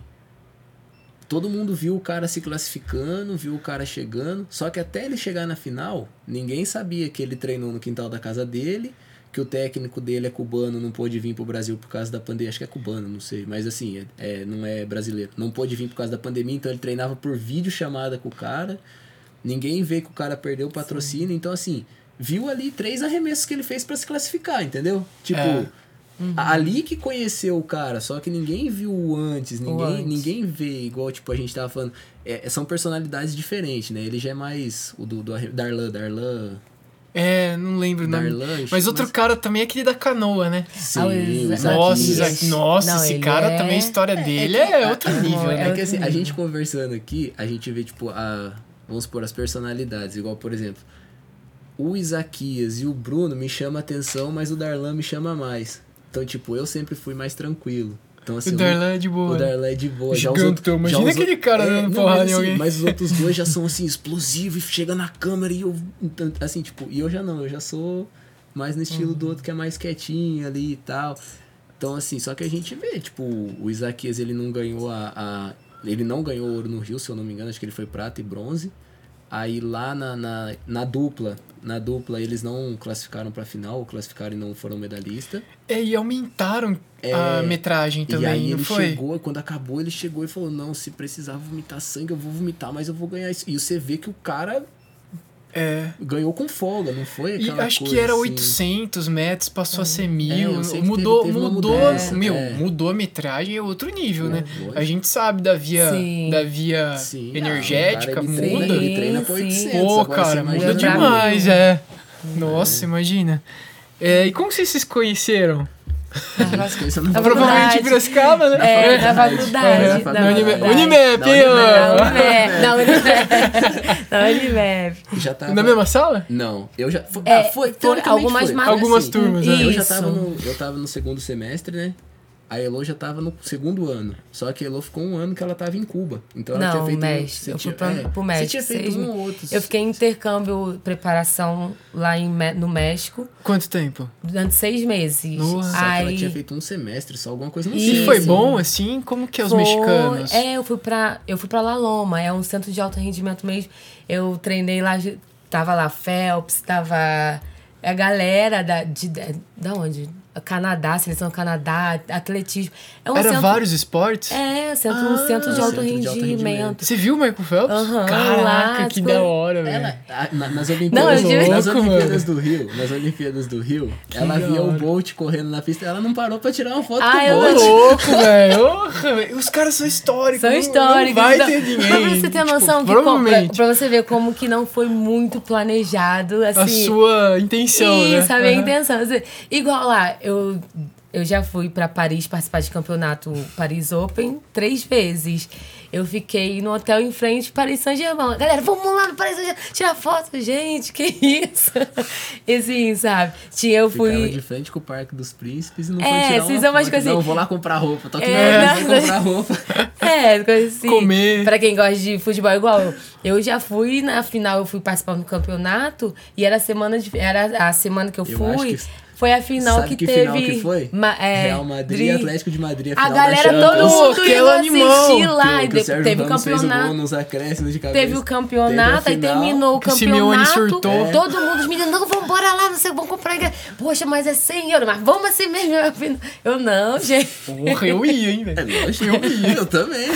C: todo mundo viu o cara se classificando, viu o cara chegando, só que até ele chegar na final, ninguém sabia que ele treinou no quintal da casa dele, que o técnico dele é cubano, não pôde vir pro Brasil por causa da pandemia, acho que é cubano, não sei, mas assim, é, é, não é brasileiro, não pôde vir por causa da pandemia, então ele treinava por videochamada com o cara, ninguém vê que o cara perdeu o patrocínio, Sim. então assim, viu ali três arremessos que ele fez pra se classificar, entendeu? Tipo...
A: É.
B: Uhum.
C: Ali que conheceu o cara, só que ninguém viu o antes, ninguém,
B: O antes.
C: ninguém vê, igual tipo a gente tava falando, é, são personalidades diferentes, né? Ele já é mais o do, do Darlan, Darlan,
A: É, não lembro o nome.
C: Darlan,
A: Mas outro
C: mas-
A: cara também é aquele da canoa, né?
C: Sim,
B: Ah, o
C: o
B: Isa-
C: Isaquias.
A: Nossa,
B: Isaquias.
A: Isaac, nossa,
B: Não,
A: esse
B: ele
A: cara
B: é-
A: também, a história dele
C: é que-
A: é outro
C: é-
A: nível,
B: é
A: né?
C: É
B: outro
C: que assim, a
B: nível.
C: gente conversando aqui, a gente vê tipo a, vamos supor, as personalidades, igual por exemplo, o Isaquias e o Bruno me chamam a atenção, mas o Darlan me chama mais. Então, tipo, eu sempre fui mais tranquilo. Então, assim,
A: O
C: eu
A: Darlan é de boa.
C: O
A: né?
C: Darlan é de boa. Já os
A: Gigantão.
C: outros-
A: Imagina
C: já os
A: aquele
C: outro-
A: cara
C: é,
A: dando
C: não,
A: porrada
C: mas,
A: em
C: assim,
A: alguém.
C: Mas os outros dois já são assim, explosivos, e chega na câmera e eu. então, Assim, tipo, e eu já não, eu já sou mais no estilo
A: Uhum.
C: do outro que é mais quietinho ali e tal. Então, assim, só que a gente vê, tipo, o Isaquias ele não ganhou a, a. Ele não ganhou ouro no Rio, se eu não me engano, acho que ele foi prata e bronze. Aí lá na, na, na dupla, na dupla eles não classificaram pra final, ou classificaram e não foram medalhista.
A: É, e aumentaram a metragem também,
C: E aí
A: não
C: ele
A: foi?
C: chegou, quando acabou, ele chegou e falou, não, se precisar vomitar sangue, eu vou vomitar, mas eu vou ganhar isso. E você vê que o cara
A: É.
C: ganhou com folga, não foi
A: E
C: aquela
A: acho
C: coisa
A: que era
C: assim.
A: oitocentos metros, passou a ser
C: É,
A: mil.
C: eu sei que
A: mudou,
C: teve- teve uma
A: mudou,
C: mudança,
A: meu,
C: é.
A: mudou a metragem, é outro nível, né?
C: Lógico.
A: A gente sabe da via,
B: Sim.
A: da via
C: Sim, ah,
A: energética,
C: o cara, ele
A: muda.
C: treina, ele treina por
B: Sim,
C: oitocentos.
A: Pô,
C: agora você
A: cara,
C: imagina
A: muda
B: pra mim.
A: demais, é. Nossa, imagina. É, e como vocês se conheceram?
C: As coisas não
B: Na
C: vão-
A: Provavelmente em Piracicaba, né?
B: É, na
C: faculdade.
B: faculdade.
C: É,
B: na
C: no
A: Unime-
B: faculdade.
A: Unimep,
C: Na Unimep.
A: ó.
B: Na Unimep. Na Unimep.
C: Já tava...
A: Na mesma sala?
C: Não, eu já... Foi,
B: É,
C: ah, foi,
B: foram
C: teoricamente
B: algumas
C: foi.
B: mar-
C: Foi
A: Algumas
C: assim,
A: turmas, né?
C: Eu já
B: Isso.
C: tava no, eu tava no segundo semestre, né? A Elo já tava no segundo ano. Só que a Elo ficou um ano que ela tava em Cuba. Então ela
B: Não,
C: tinha feito...
B: México.
C: você
B: Eu fui
C: tinha-
B: pra,
C: é,
B: pro
C: Você
B: México.
C: tinha feito
B: seis
C: um
B: meses.
C: ou outro.
B: Eu fiquei em intercâmbio, preparação lá em, Me- no México
A: Quanto tempo?
B: durante seis meses.
A: Nossa.
C: Só que ela
B: Aí,
C: tinha feito um semestre, só alguma coisa, não
B: Isso.
C: sei.
A: E foi
C: assim.
A: bom, assim? Como que é os
B: Foi-
A: mexicanos?
B: É, eu fui pra, eu fui pra La Loma, é um centro de alto rendimento mesmo. Eu treinei lá, tava lá Phelps, tava a galera da, de, da onde? Canadá, seleção do Canadá, atletismo. É um
A: Era
B: centro,
A: vários esportes?
B: É, centro, um
A: Ah,
B: centro de alto
C: centro de alto
B: rendimento.
C: rendimento.
A: Você viu o Michael Phelps?
B: Aham,
A: Caraca,
B: lá,
A: que
B: tipo,
A: da hora, velho.
C: Ela, a- na- nas
B: Não,
C: Olimpíadas,
B: eu juro.
C: nas
A: Louco,
C: Olimpíadas do Rio, nas Olimpíadas do Rio, ela
A: da
C: via o
A: hora.
C: Bolt correndo na pista, ela não parou pra tirar uma foto
B: Ah,
C: com
B: eu
C: o
A: Ô,
C: Bolt.
A: louco, velho. Porra, velho. Os caras são históricos.
B: São
A: não-
B: históricos.
A: Não vai
B: então,
A: ter ninguém.
B: Pra você ter
A: tipo,
B: noção que, como, pra,
A: provavelmente,
B: pra você ver como que não foi muito planejado,
A: a
B: assim.
A: sua intenção, né?
B: Isso, a minha
A: Aham.
B: intenção. Assim, igual lá, eu, eu já fui pra Paris participar de campeonato Paris Open três vezes. Eu fiquei no hotel em frente Paris Saint-Germain. Galera, vamos lá no Paris Saint-Germain tirar foto. Gente, que isso? E assim, sabe? Tinha, eu
C: Ficava
B: fui...
C: de frente com o Parque dos Príncipes e não
B: É,
C: foi tirar
B: vocês
C: uma
B: são umas
C: foto.
B: coisas
C: Não,
B: assim.
C: vou lá comprar roupa. Tô aqui
B: É,
C: na
B: não,
C: hora, vou comprar roupa.
B: É, coisa assim.
A: Comer.
B: Pra quem gosta de futebol igual eu. Eu já fui, na final eu fui participar do campeonato e era a semana, de, era a semana que eu
C: Eu
B: fui.
C: acho que
B: Foi a final
C: Sabe
B: que,
C: que
B: teve...
C: final que foi?
B: Ma, é,
C: Real Madrid e Atlético de Madrid. A,
B: a
C: final
B: galera,
C: da
B: todo
C: Champions.
B: mundo ia assistir lá.
C: Que,
B: E
C: que o Sérgio
B: teve o
C: Ramos fez o
B: campeonato.
C: gol nos acréscimos de cabeça.
B: Teve o campeonato,
C: teve
B: aí terminou o
A: que Simeone
B: campeonato.
A: surtou.
B: Todo mundo, os meninos, não, vamos embora lá, não sei, vamos comprar. Poxa, mas é cem euros, mas vamos assim mesmo. Eu não, gente.
A: Porra, eu ia, hein, velho.
C: É lógico, eu ia. Eu também.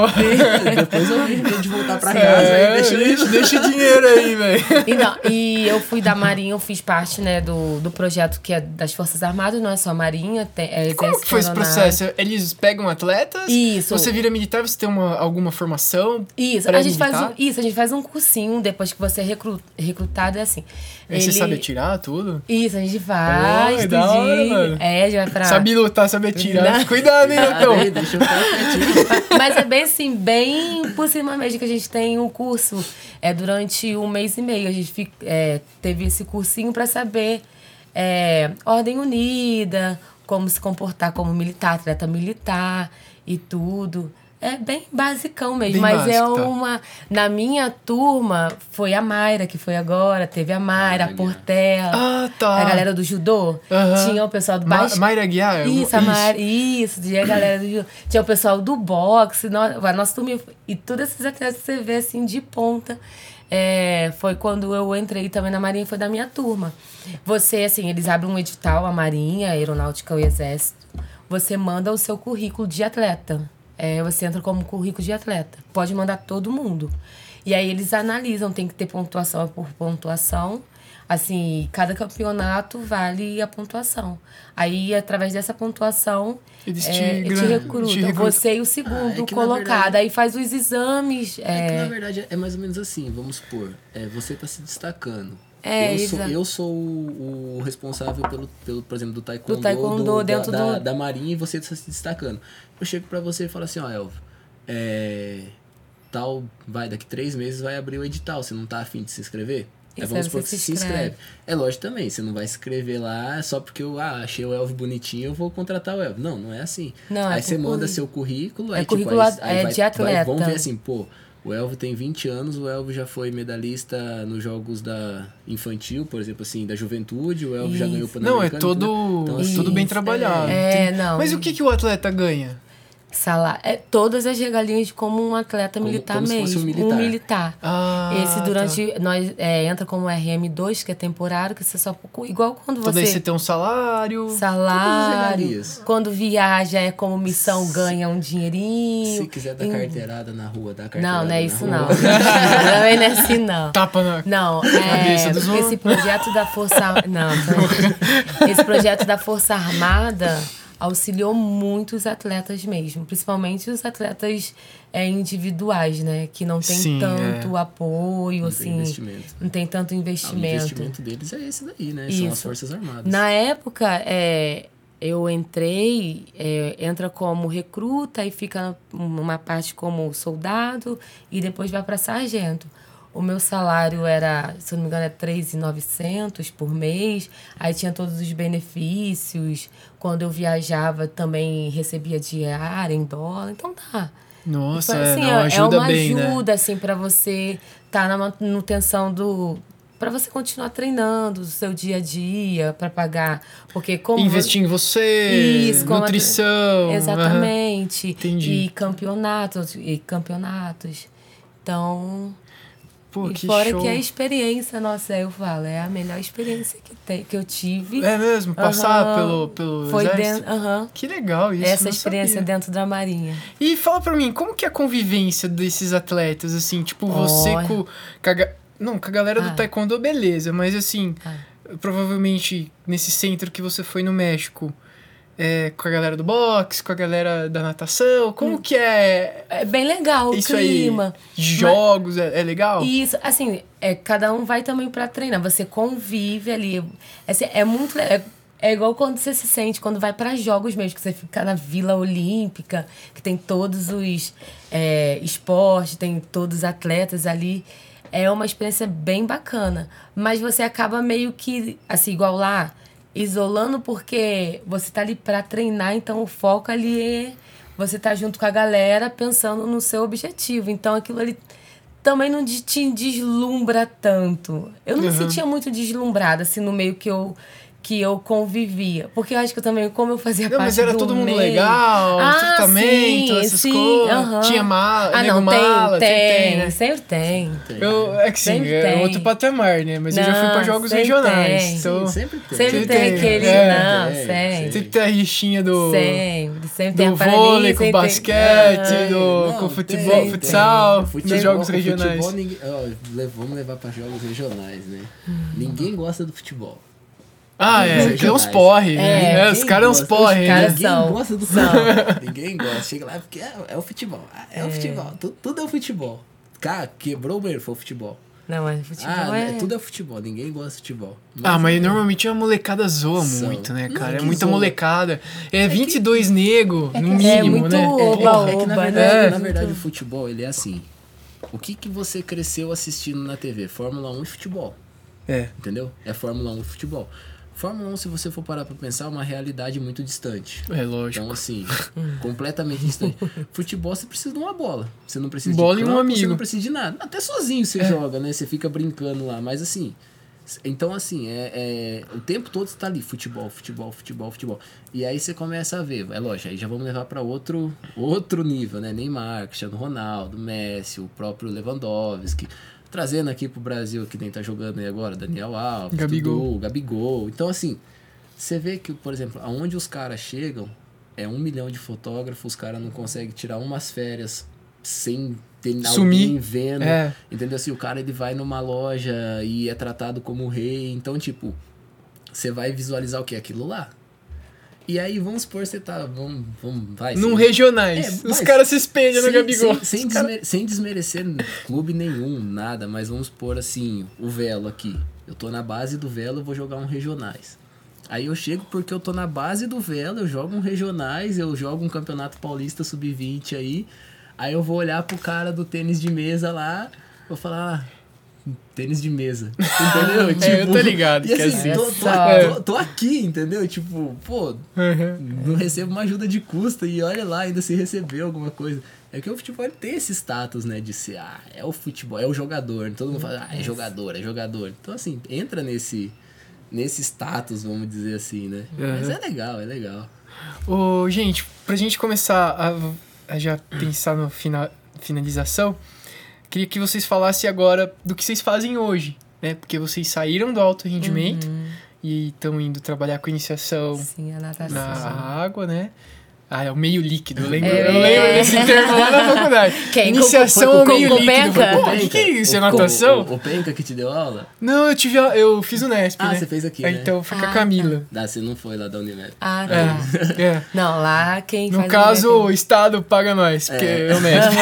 C: Depois eu vim de voltar pra casa. É, aí deixa,
A: deixa, deixa o dinheiro aí, velho.
B: E, e eu fui da Marinha, eu fiz parte, né, do, do projeto que é das Forças Armadas, não é só Marinha, tem, é Exército.
A: Como que foi esse processo? Eles pegam atletas?
B: Isso.
A: Você vira militar, você tem uma, alguma formação?
B: Isso, a gente faz um, isso, a gente faz um cursinho depois que você é recru, recrutado, é assim.
A: Aí
B: Ele...
A: você sabe atirar tudo?
B: Isso, a gente faz.
A: Oh, da hora, mano.
B: É, a gente vai pra...
A: Sabe lutar, sabe atirar.
B: Não.
A: Cuidado, hein, então.
C: Deixa eu ficar quietinho.
B: Mas é bem assim, bem por cima mesmo que a gente tem um curso. É durante um mês e meio. A gente fica, é, teve esse cursinho para saber é, ordem unida, como se comportar como militar, atleta militar e tudo. É bem basicão mesmo,
A: Bem
B: mas
A: básico,
B: é
A: tá.
B: uma... Na minha turma, foi a Mayra, que foi agora. Teve a Mayra, a Portela,
A: Ah, tá.
B: a galera do judô.
A: Aham.
B: Tinha o pessoal do
A: Ma
B: basquete.
A: Mayra Guiar?
B: Isso, a Mayra, isso, tinha a galera do judô. Tinha o pessoal do boxe, no, a nossa turma. E todos esses atletas que você vê assim de ponta. É, foi quando eu entrei também na Marinha, foi da minha turma. Você, assim, eles abrem um edital, a Marinha, a Aeronáutica, o Exército. Você manda o seu currículo de atleta. É, você entra como currículo de atleta. Pode mandar todo mundo. E aí eles analisam, tem que ter pontuação por pontuação. Assim, cada campeonato vale a pontuação. Aí, através dessa pontuação,
A: Eles
B: é,
A: te,
B: te
A: gran-
B: recrutam.
A: te recrutam.
B: Você e o segundo
C: Ah, é que, na
B: colocado.
C: verdade-
B: Aí faz os exames.
C: É que,
B: É,
C: na verdade, é mais ou menos assim. Vamos supor, é, você tá se destacando.
B: É,
C: eu, sou,
B: exa-
C: eu sou o, o responsável pelo, pelo, por exemplo, do taekwondo,
B: Do taekwondo dentro
C: da,
B: do-
C: da, da Marinha e você está se destacando. Eu chego pra você e falo assim, ó, Elvio, é, tal, vai, daqui três meses vai abrir o edital, você não tá afim de se inscrever? É,
B: Isso,
C: vamos
B: aí
C: supor que
B: você
C: você
B: se
C: se inscreve.
B: inscreve.
C: É lógico também, você não vai se inscrever lá só porque eu ah, achei o Elvio bonitinho, eu vou contratar o Elvio. Não, não é assim.
B: Não, é
C: aí você
B: por
C: manda
B: currículo.
C: seu currículo,
B: É
C: aí,
B: currículo
C: tipo, aí,
B: é
C: aí vai,
B: de atleta.
C: vai- vamos ver assim, pô, o Elvio tem vinte anos, o Elvio já foi medalhista nos jogos da infantil, por exemplo, assim, da juventude, o Elvio já ganhou o
A: Não, é
C: Pan-Americano.
A: todo,
C: Então, assim,
A: tudo bem
B: Isso,
A: trabalhado.
B: é,
A: Tem-
B: não.
A: Mas o que, que o atleta ganha?
B: salário. É, todas as regalias como um atleta
C: Como-
B: militar
C: como se
B: mesmo.
C: fosse um militar.
B: Um militar.
A: Ah,
B: Esse durante. Nós, é, entra como R M dois, que é temporário, que você só. Igual quando
A: Então daí
B: você.
A: você tem um salário.
B: Salário.
C: regalias.
B: Quando viaja é como missão, ganha um dinheirinho.
C: Se quiser dar
B: Em-
C: carteirada na rua, dá carteirada
B: Não, não é
C: na
B: isso
C: rua.
B: não. Também não é assim não.
A: Tapa na.
B: Não,
A: Cabeça
B: é,
A: dos outros.
B: esse projeto da Força Não, tô- esse projeto da Força Armada auxiliou muito os atletas mesmo, principalmente os atletas é, individuais, né, que não tem
A: Sim,
B: tanto
A: é.
B: apoio,
C: Não tem
B: assim,
C: investimento.
B: não tem tanto
C: Ah, o
B: investimento.
C: investimento deles é esse daí, né? São as
B: Isso.
C: Forças Armadas.
B: Na época, é, eu entrei, é, entra como recruta e fica uma parte como soldado e depois vai para sargento. O meu salário era, se eu não me engano, é três mil e novecentos por mês. Aí tinha todos os benefícios. Quando eu viajava, também recebia diária em dólar. Então tá.
A: Nossa,
B: Então,
A: é,
B: assim,
A: não,
B: é,
A: ajuda
B: é uma
A: bem, né?
B: ajuda, assim, para você estar na manutenção do... Para você continuar treinando o seu dia a dia, para pagar. Porque como...
A: Investir em você,
B: Isso, como a-
A: nutrição.
B: Exatamente.
A: Entendi.
B: E campeonatos, e campeonatos. Então...
A: Pô,
B: e
A: que
B: fora
A: show.
B: que a experiência, nossa, eu falo, é a melhor experiência que, tem, que eu tive.
A: É mesmo? Passar
B: Aham.
A: pelo, pelo
B: Foi
A: exército?
B: dentro, aham.
A: Que legal isso,
B: Essa
A: não
B: experiência
A: sabia.
B: dentro da Marinha.
A: E fala pra mim, como que é a convivência desses atletas, assim, tipo, você
B: Olha.
A: com... com a ga- Não, com a galera do
B: Ah.
A: taekwondo, beleza, mas assim,
B: Ah.
A: provavelmente nesse centro que você foi no México, é, com a galera do boxe, com a galera da natação, como que é
B: É bem legal o
A: isso
B: clima.
A: aí? Jogos, é, é legal?
B: Isso, assim, é, cada um vai também pra treinar. Você convive ali. Assim, é muito... É, é igual quando você se sente, quando vai pra jogos mesmo, que você fica na Vila Olímpica, que tem todos os é, esportes, tem todos os atletas ali. É uma experiência bem bacana. Mas você acaba meio que, assim, igual lá, isolando porque você tá ali pra treinar, então o foco ali é você tá junto com a galera pensando no seu objetivo. Então aquilo ali também não de- te deslumbra tanto. Eu não me
A: Uhum.
B: sentia muito deslumbrada, assim, no meio que eu, que eu convivia. Porque eu acho que eu também, como eu fazia
A: não,
B: parte
A: mas era
B: do
A: todo mundo
B: meio...
A: legal,
B: ah,
A: tratamento,
B: sim,
A: essas
B: sim,
A: coisas.
B: Uh-huh.
A: Tinha mala,
B: ah,
A: nego
B: não,
A: mala,
B: tem,
A: tem,
B: tem,
A: tem, né?
B: Sempre tem.
C: Tem.
A: Eu, é que sim,
B: Sempre
A: é
B: tem.
A: outro patamar, né? Mas não, eu já fui pra jogos regionais.
B: Tem.
A: Então,
C: sim, sempre tem.
B: Sempre,
A: sempre
B: tem,
A: tem,
B: aquele...
A: é,
B: não,
C: tem,
B: sempre.
A: sempre tem a rixinha do...
B: Sempre. Sempre tem
A: do
B: a panelinha,
A: vôlei, com
B: sempre
A: basquete,
B: tem...
A: do,
C: Não,
A: com
C: tem,
A: futebol,
C: tem.
A: futsal,
C: Futebol,
A: nos jogos
C: o
A: regionais.
C: Futebol, ninguém, ó, vamos levar pra jogos regionais, né? Ninguém gosta do futebol.
A: Ah, é, tem uns porre, né?
B: É,
A: É, os caras uns porre,
B: os
A: né?
B: caras
C: Ninguém
B: são,
C: gosta do
B: são.
C: futebol. Ninguém gosta. Chega lá porque é, é o futebol. Ah, é,
B: É.
C: o futebol. Tudo, tudo é o futebol. Cara, quebrou o banheiro, foi o futebol.
B: Não, mas futebol
C: Ah,
B: é...
C: tudo é futebol. Ninguém gosta de futebol.
A: Ah, mas
C: é,
A: normalmente a molecada zoa
C: São.
A: muito, né,
C: Não,
A: cara? É
C: que
A: muita
C: zoa.
A: molecada. É vinte e dois nego, no mínimo,
B: é muito
A: né?
C: É,
B: oba,
C: é que na
B: oba,
C: verdade,
B: né?
C: na verdade o futebol, ele é assim. O que que você cresceu assistindo na T V? Fórmula um e futebol.
A: É.
C: Entendeu? É Fórmula um e futebol. Fórmula um, se você for parar pra pensar, é uma realidade muito distante.
A: É lógico.
C: Então, assim, completamente distante. Futebol, você precisa de uma bola. Você não precisa
A: Bola
C: de
A: e um
C: campo,
A: amigo.
C: você não precisa de nada. Até sozinho você
A: É.
C: joga, né? Você fica brincando lá. Mas, assim... Então, assim, é, é, o tempo todo você tá ali. Futebol, futebol, futebol, futebol. E aí você começa a ver. É lógico, aí já vamos levar pra outro, outro nível, né? Neymar, Cristiano Ronaldo, Messi, o próprio Lewandowski... Trazendo aqui pro Brasil, que nem tá jogando aí agora, Daniel Alves,
A: Gabigol.
C: Dudu, Gabigol. Então, assim, você vê que, por exemplo, aonde os caras chegam, é um milhão de fotógrafos, os caras não conseguem tirar umas férias sem ter
A: Sumir.
C: alguém vendo.
A: É.
C: Entendeu? Assim, o cara ele vai numa loja e é tratado como rei. Então, tipo, você vai visualizar o que? Aquilo lá. E aí, vamos supor, você tá. Vamos, vamos, vai.
A: Num
C: sim.
A: regionais.
C: É,
A: Os
C: mas
A: caras se espelham no
C: Sem,
A: Gabigol.
C: sem, sem,
A: Os cara-
C: desmere- sem desmerecer clube nenhum, nada, mas vamos pôr assim, o Velo aqui. Eu tô na base do Velo, eu vou jogar um regionais. Aí eu chego porque eu tô na base do Velo, eu jogo um regionais, eu jogo um campeonato paulista sub vinte aí. Aí eu vou olhar pro cara do tênis de mesa lá, vou falar, ah, tênis de mesa. Entendeu?
A: É, eu tô ligado
C: E
A: que é
C: assim,
A: assim.
C: tô, tô,
A: É.
C: tô- tô aqui, entendeu? Tipo, pô,
A: Uhum.
C: não recebo uma ajuda de custo e olha lá, ainda se recebeu alguma coisa. É que o futebol ele tem esse status, né, de ser, ah, é o futebol, é o jogador. Todo mundo fala, ah, é jogador, é jogador. Então, assim, entra nesse, nesse status, vamos dizer assim, né?
A: Uhum.
C: Mas é legal, é legal.
A: Ô, gente, pra gente começar a, a já pensar na fina, finalização, queria que vocês falassem agora do que vocês fazem hoje, né? Porque vocês saíram do alto rendimento
B: Uhum.
A: e estão indo trabalhar com iniciação
B: Sim, a natação.
A: na água, né? Ah, é o meio líquido. Eu lembro,
B: É.
A: eu lembro desse termo lá na faculdade.
B: Quem?
A: Iniciação
B: Com-
A: ao
B: com-
A: meio
B: com
A: líquido.
B: penca?
A: Pô, o que, que é isso? É
C: O-
A: natação?
C: O, o, o Penca que te deu aula?
A: Não, eu tive. a- Eu fiz o Nesp,
C: Ah,
A: né?
C: você fez aqui,
A: Aí,
C: né?
A: Então foi com a
B: Ah,
A: Camila.
C: Ah, você não foi lá da Unimep.
B: Ah, tá.
A: É, é.
B: Não, lá quem
A: No
B: faz
A: caso,
B: o
A: o Estado paga nós, porque
C: É.
A: é o Nesp.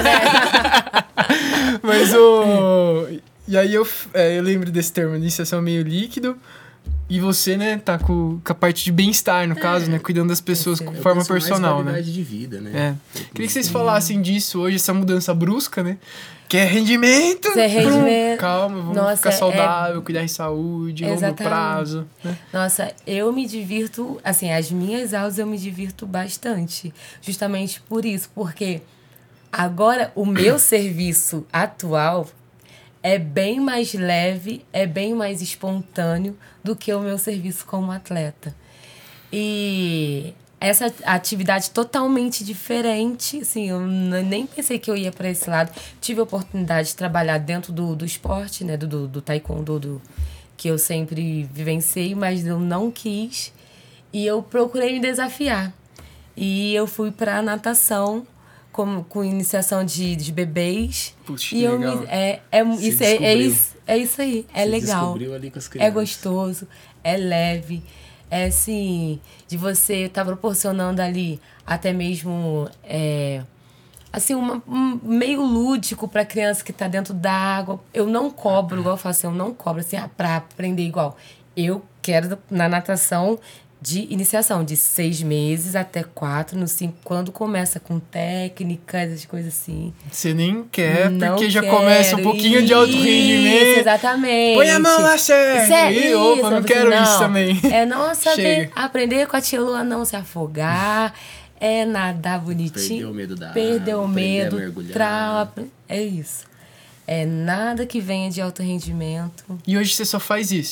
A: Mas o. E aí eu, é, eu lembro desse termo, iniciação meio líquido. E você, né, tá com, com a parte de bem-estar, no caso, né? Cuidando das pessoas com
C: Eu
A: forma
C: penso mais
A: personal, né?
C: qualidade de vida, né?
A: É. Queria que vocês falassem disso hoje, essa mudança brusca, né? Que é rendimento.
B: Isso é rendimento.
A: Prum, calma, vamos
B: Nossa,
A: ficar
B: é-
A: saudável, cuidar de saúde, longo
B: Exatamente.
A: prazo. Né?
B: Nossa, eu me divirto, assim, as minhas aulas eu me divirto bastante. Justamente por isso, porque agora o meu serviço atual é bem mais leve, é bem mais espontâneo do que o meu serviço como atleta. E essa atividade totalmente diferente, assim, eu n- nem pensei que eu ia para esse lado. Tive a oportunidade de trabalhar dentro do, do esporte, né, do, do, do taekwondo, do, que eu sempre vivenciei, mas eu não quis. E eu procurei me desafiar. E eu fui para natação, com, com iniciação de, de bebês.
A: Puxa,
B: e
A: que
B: eu
A: legal.
B: me, é, é,
C: Se
B: isso, é, é,
C: descobriu.
B: isso, é isso aí, é
C: Se
B: legal.
C: descobriu ali com as crianças.
B: É gostoso, é leve, é assim, de você estar tá proporcionando ali até mesmo, é, assim, uma, um meio lúdico para criança que está dentro da água. Eu não cobro, igual eu faço, eu não cobro assim, ah, para aprender igual. Eu quero na natação de iniciação, de seis meses até quatro, no cinco, quando começa com técnicas, as coisas assim.
A: Você nem quer,
B: Não
A: porque já
B: quero.
A: começa um pouquinho de alto
B: Isso,
A: rendimento.
B: exatamente.
A: Põe a mão lá, sério.
B: Sério,
A: Ih, opa, não
B: isso,
A: quero
B: não.
A: isso também.
B: É não saber
A: Chega.
B: aprender com a tia Lu a não se afogar, é nadar bonitinho.
C: Perder o medo da
B: Perder
C: água,
B: o
C: aprender a
B: medo,
C: mergulhar.
B: trau, é isso. É nada que venha de alto rendimento.
A: E hoje você só faz isso.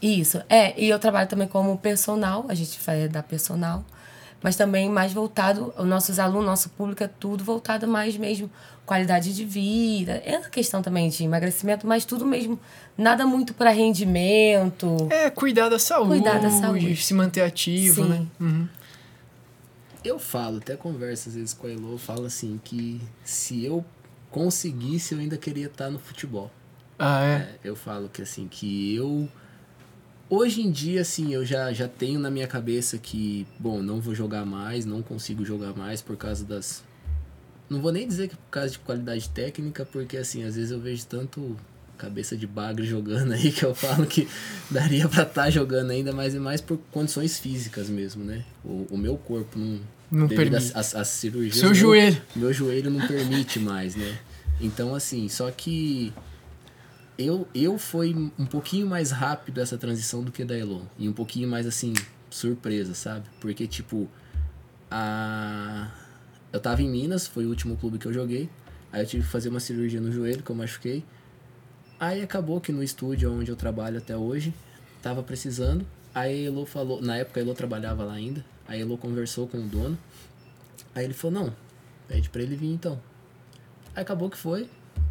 B: Isso, é. E eu trabalho também como personal, a gente vai dar personal, mas também mais voltado, os nossos alunos, nosso público é tudo voltado mais mesmo, qualidade de vida, é questão também de emagrecimento, mas tudo mesmo, nada muito para rendimento.
A: É, cuidar da saúde.
B: Cuidar da saúde.
A: Se manter ativo,
B: Sim.
A: né? Uhum.
C: Eu falo, até converso às vezes com a Elo, eu falo assim, que se eu conseguisse, eu ainda queria estar no futebol.
A: Ah, é?
C: É, eu falo que assim, que eu... Hoje em dia, assim, eu já, já tenho na minha cabeça que, bom, não vou jogar mais, não consigo jogar mais por causa das... Não vou nem dizer que por causa de qualidade técnica, porque, assim, às vezes eu vejo tanto cabeça de bagre jogando aí que eu falo que daria pra estar jogando ainda, mas é mais por condições físicas mesmo, né? O, o meu corpo não...
A: Não
C: devido
A: permite.
C: às às cirurgias...
A: Seu
C: meu,
A: joelho.
C: Meu joelho não permite mais, né? Então, assim, só que... Eu, eu foi um pouquinho mais rápido essa transição do que da Elo. E um pouquinho mais, assim, surpresa, sabe? Porque, tipo, a... eu tava em Minas, foi o último clube que eu joguei. Aí eu tive que fazer uma cirurgia no joelho, que eu machuquei. Aí acabou que no estúdio onde eu trabalho até hoje, tava precisando. Aí a Elo falou... Na época a Elo trabalhava lá ainda. Aí a Elo conversou com o dono. Aí ele falou, não, pede pra ele vir então. Aí acabou que foi.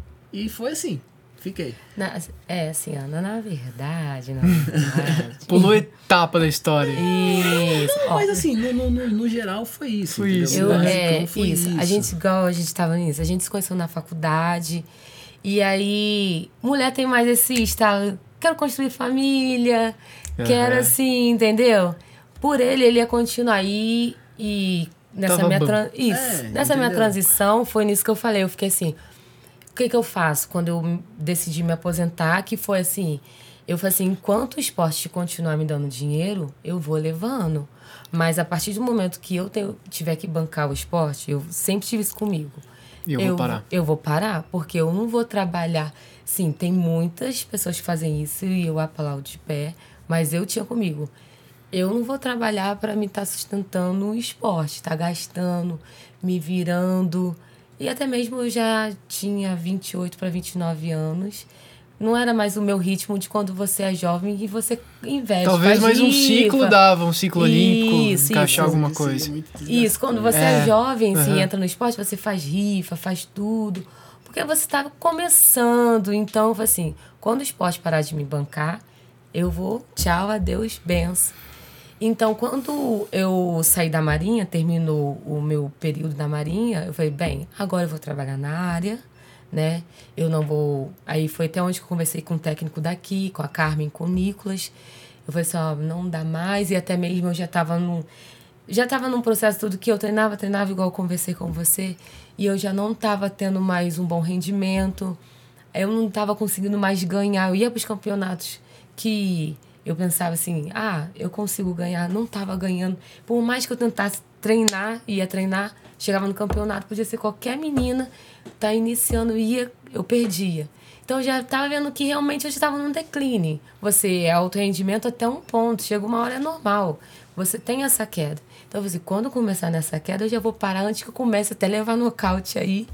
C: E foi assim. Fiquei.
B: Na, é, assim, Ana, na verdade, na verdade...
A: Pulou etapa da história.
B: Isso.
C: Não, mas assim, no, no, no, no geral foi isso.
A: Foi isso.
B: Eu,
C: No
B: é,
C: basicão foi
B: isso.
C: isso.
B: A gente, igual a gente tava nisso, a gente se conheceu na faculdade. E aí, mulher tem mais esse estado, quero construir família,
A: Uhum.
B: quero assim, entendeu? Por ele, ele ia continuar aí e nessa
A: Tava
B: minha,
A: bom.
B: tran- isso,
C: É,
B: nessa minha
C: entendeu?
B: transição, foi nisso que eu falei. Eu fiquei assim, o que que eu faço quando eu decidi me aposentar? Que foi assim, eu falei assim, enquanto o esporte continuar me dando dinheiro, eu vou levando. Mas a partir do momento que eu tenho, tiver que bancar o esporte, eu sempre tive isso comigo.
A: E eu vou parar.
B: Eu vou parar, porque eu não vou trabalhar. Sim, tem muitas pessoas que fazem isso e eu aplaudo de pé, mas eu tinha comigo. Eu não vou trabalhar para me estar sustentando o esporte, estar gastando, me virando. E até mesmo eu já tinha vinte e oito para vinte e nove anos. Não era mais o meu ritmo de quando você é jovem e você investe.
A: Talvez
B: faz
A: mais um
B: rifa.
A: ciclo dava, um ciclo olímpico,
B: Isso,
A: encaixar
B: isso.
A: alguma
C: Isso é
A: coisa.
C: muito desgastante.
B: Isso, quando você é,
A: É.
B: jovem, assim,
A: Uhum.
B: entra no esporte, você faz rifa, faz tudo. Porque você estava começando. Então, assim, quando o esporte parar de me bancar, eu vou, tchau, adeus, benção. Então, quando eu saí da Marinha, terminou o meu período da Marinha, eu falei, bem, agora eu vou trabalhar na área, né? Eu não vou... Aí foi até onde eu conversei com o técnico daqui, com a Carmen, com o Nicolas. Eu falei assim, ó, não dá mais. E até mesmo eu já estava num... Já estava num processo tudo que eu treinava, treinava igual eu conversei com você. E eu já não estava tendo mais um bom rendimento. Eu não estava conseguindo mais ganhar. Eu ia para os campeonatos que eu pensava assim, ah, eu consigo ganhar. Não estava ganhando. Por mais que eu tentasse treinar, ia treinar, chegava no campeonato, podia ser qualquer menina, tá iniciando, ia, eu perdia. Então, eu já estava vendo que realmente eu já estava num decline. Você é alto rendimento até um ponto, chega uma hora é normal. Você tem essa queda. Então, você, quando começar nessa queda, eu já vou parar antes que eu comece até levar nocaute aí.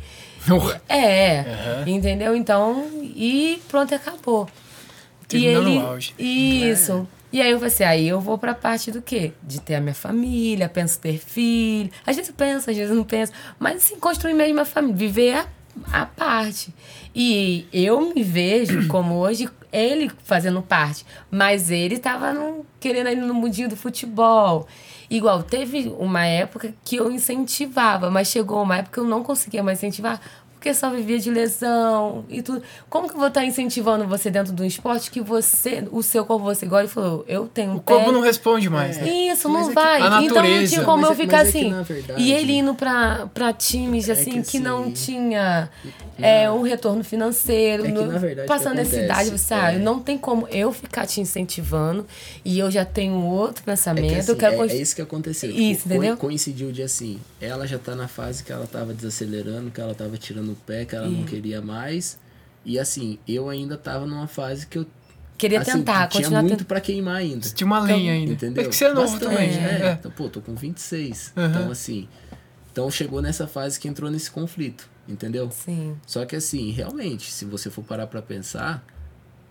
B: É, uhum. Entendeu? Então, e pronto, acabou.
A: Terminando
B: e ele,
A: o auge.
B: Isso. É. E aí eu falei assim, aí eu vou pra parte do quê? De ter a minha família, penso ter filho. Às vezes eu penso, às vezes eu não penso. Mas assim, construir mesmo a família, viver a, a parte. E eu me vejo como hoje ele fazendo parte. Mas ele tava no, querendo ir no mundinho do futebol. Igual, teve uma época que eu incentivava, mas chegou uma época que eu não conseguia mais incentivar, porque só vivia de lesão e tudo. Como que eu vou estar incentivando você dentro de um esporte que você, o seu corpo, você igual ele falou, eu tenho um
A: O corpo não responde mais,
B: é.
A: né?
B: Isso,
C: Mas
B: não
C: é
B: vai.
A: a
B: Então não tinha como
C: mas
B: eu
C: é,
B: ficar
C: mas
B: assim.
C: É que, verdade,
B: e ele indo pra, pra times
C: é
B: assim
C: que,
B: que não
C: assim,
B: tinha
C: na,
B: é, um retorno financeiro.
C: É que,
B: no,
C: na verdade,
B: passando
C: que
B: necessidade, você sabe?
C: é.
B: Não tem como eu ficar te incentivando e eu já tenho outro pensamento.
C: É, que, assim,
B: eu quero
C: é,
B: const...
C: é isso que aconteceu.
B: Isso,
C: tipo,
B: entendeu?
C: Coincidiu de assim, ela já tá na fase que ela tava desacelerando, que ela tava tirando o pé, que ela
B: e...
C: não queria mais. E assim, eu ainda tava numa fase que eu
B: queria
C: assim,
B: tentar,
C: tinha
B: continuar
C: muito
B: tent...
C: pra queimar ainda.
A: Tinha uma lenha ainda.
C: Entendeu?
A: É que você é novo
C: Bastante,
A: também.
C: É.
A: É.
C: Então, pô, tô com vinte e seis.
A: Uhum.
C: Então, assim... Então, chegou nessa fase que entrou nesse conflito. Entendeu?
B: Sim.
C: Só que, assim, realmente, se você for parar pra pensar...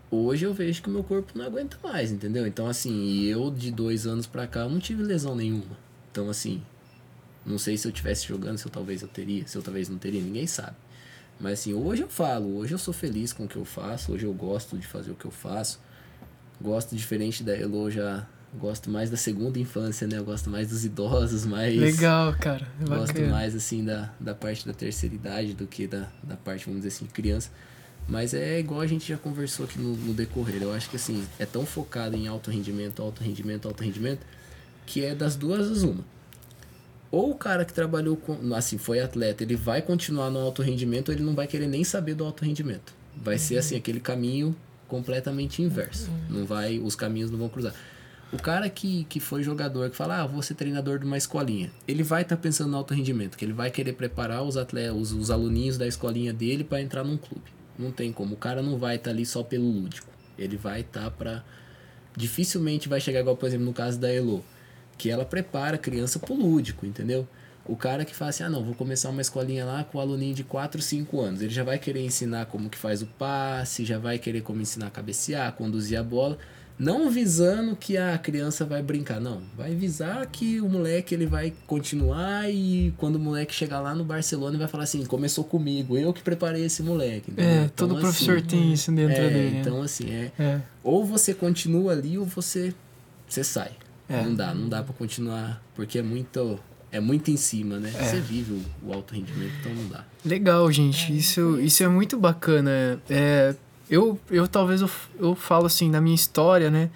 C: hoje eu vejo que o meu corpo não aguenta mais, entendeu? Então, assim, eu de dois anos pra cá eu não tive lesão nenhuma. Então, assim, não sei se eu tivesse jogando, se eu talvez eu teria, se eu talvez não teria, ninguém sabe. Mas, assim, hoje eu falo, hoje eu sou feliz com o que eu faço, hoje eu gosto de fazer o que eu faço. Gosto, diferente da Elo, já gosto mais da segunda infância, né? Eu gosto mais dos idosos, mais...
A: Legal, cara. É
C: gosto
A: bacana.
C: mais, assim, da, da parte da terceira idade do que da, da parte, vamos dizer assim, criança. Mas é igual a gente já conversou aqui no, no decorrer. Eu acho que, assim, é tão focado em alto rendimento, alto rendimento, alto rendimento, que é das duas as uma. Ou o cara que trabalhou com, assim, foi atleta, ele vai continuar no alto rendimento, ou ele não vai querer nem saber do alto rendimento. Vai uhum. ser, assim, aquele caminho completamente inverso. Uhum. Não vai, os caminhos não vão cruzar. O cara que, que foi jogador, que fala, ah, vou ser treinador de uma escolinha, ele vai estar tá pensando no alto rendimento, que ele vai querer preparar os atletas, os, os aluninhos da escolinha dele para entrar num clube. Não tem como. O cara não vai estar tá ali só pelo lúdico. Ele vai estar tá para... Dificilmente vai chegar igual, por exemplo, no caso da Elo, que ela prepara a criança pro lúdico, entendeu? O cara que fala assim, ah, não, vou começar uma escolinha lá com o aluninho de quatro, cinco anos. Ele já vai querer ensinar como que faz o passe, já vai querer como ensinar a cabecear, conduzir a bola. Não visando que a criança vai brincar, não. Vai visar que o moleque ele vai continuar e quando o moleque chegar lá no Barcelona ele vai falar assim, começou comigo, eu que preparei esse moleque. Entendeu?
A: É,
C: então,
A: todo
C: assim,
A: professor tem isso dentro
C: é,
A: dele.
C: Então,
A: né?
C: assim, é,
A: é.
C: Ou você continua ali ou você, você sai.
A: É.
C: Não dá, não dá pra continuar, porque é muito, é muito em cima, né? É. Você vive o, o alto rendimento, então não dá.
A: Legal, gente. É. Isso, isso é muito bacana. É... Eu, eu talvez eu, eu falo assim, na minha história, né?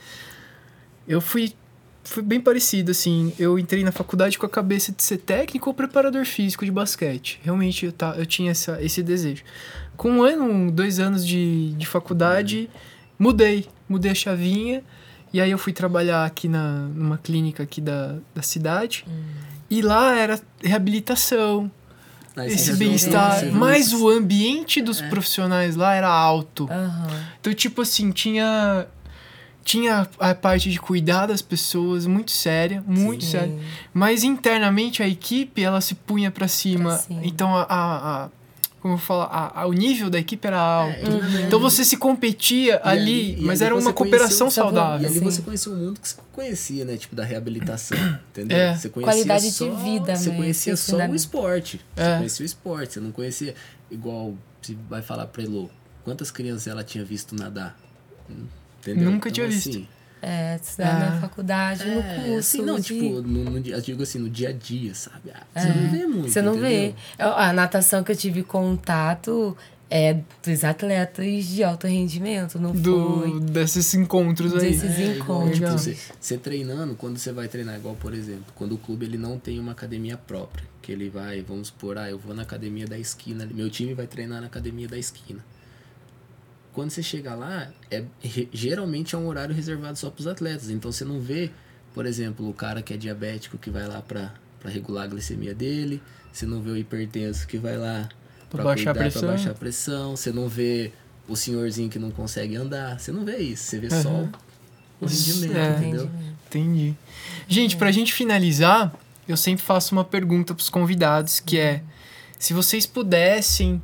A: Eu fui, fui bem parecido, assim. Eu entrei na faculdade com a cabeça de ser técnico ou preparador físico de basquete. Realmente eu, tá, eu tinha essa, esse desejo. Com um ano, dois anos de, de faculdade, mudei. Mudei a chavinha. E aí eu fui trabalhar aqui na, numa clínica aqui da, da cidade. Hum. E lá era reabilitação. Ah, esse bem-estar, mas o ambiente dos é. profissionais lá era alto. Uhum. Então, tipo assim, tinha, tinha a parte de cuidar das pessoas muito séria, muito Sim. séria. Mas internamente a equipe, ela se punha pra cima. Pra cima. Então, a, a, a, como eu falo, a, a, o nível da equipe era alto. É, uhum. Então, você se competia e ali, ali mas ali era uma cooperação saudável.
C: E ali você conheceu o mundo que você conhecia, né? Tipo, da reabilitação, entendeu?
B: É.
C: Você conhecia
B: Qualidade
C: só,
B: de vida,
C: Você
B: né?
C: conhecia só
B: da...
C: o esporte.
A: É.
C: Você conhecia o esporte. Você não conhecia... Igual, você vai falar pra Elo, quantas crianças ela tinha visto nadar? Entendeu?
A: Nunca
C: então,
A: tinha visto.
C: Assim,
B: É, estudar é. na faculdade, é, no curso.
C: Assim, não,
B: de...
C: tipo, no, no, eu digo assim, no dia a dia, sabe? Ah, você é. não vê muito,
B: Você não
C: entendeu?
B: vê. A natação que eu tive contato é dos atletas de alto rendimento, não
A: Do,
B: foi?
A: Desses encontros aí.
B: Desses
C: é,
B: encontros.
C: Igual, tipo, você, você treinando, quando você vai treinar, igual, por exemplo, quando o clube ele não tem uma academia própria, que ele vai, vamos supor, ah, eu vou na academia da esquina, meu time vai treinar na academia da esquina. Quando você chega lá, é, geralmente é um horário reservado só para os atletas. Então você não vê, por exemplo, o cara que é diabético que vai lá para regular a glicemia dele. Você não vê o hipertenso que vai lá para baixar, baixar a pressão. Você não vê o senhorzinho que não consegue andar. Você não vê isso. Você vê uhum. só o rendimento, é, entendeu?
A: Entendi. Gente, para a gente finalizar, eu sempre faço uma pergunta para os convidados, que é, se vocês pudessem...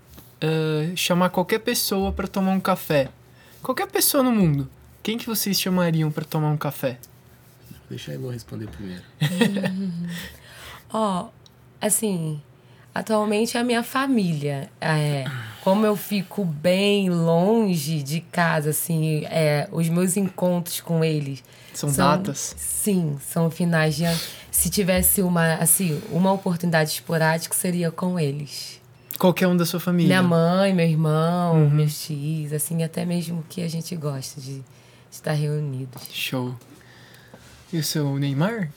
A: Uh, chamar qualquer pessoa para tomar um café. Qualquer pessoa no mundo. Quem que vocês chamariam para tomar um café?
C: Deixa a Elo responder primeiro.
B: Ó, oh, assim, atualmente é a minha família. É, como eu fico bem longe de casa, assim, é, os meus encontros com eles...
A: São, são datas?
B: Sim, são finais de ano. Se tivesse uma, assim, uma oportunidade esporádica, seria com eles.
A: Qualquer um da sua família.
B: Minha mãe, meu irmão, uhum. meus tios, assim, até mesmo que a gente gosta de, de estar reunidos.
A: Show. E o seu Neymar?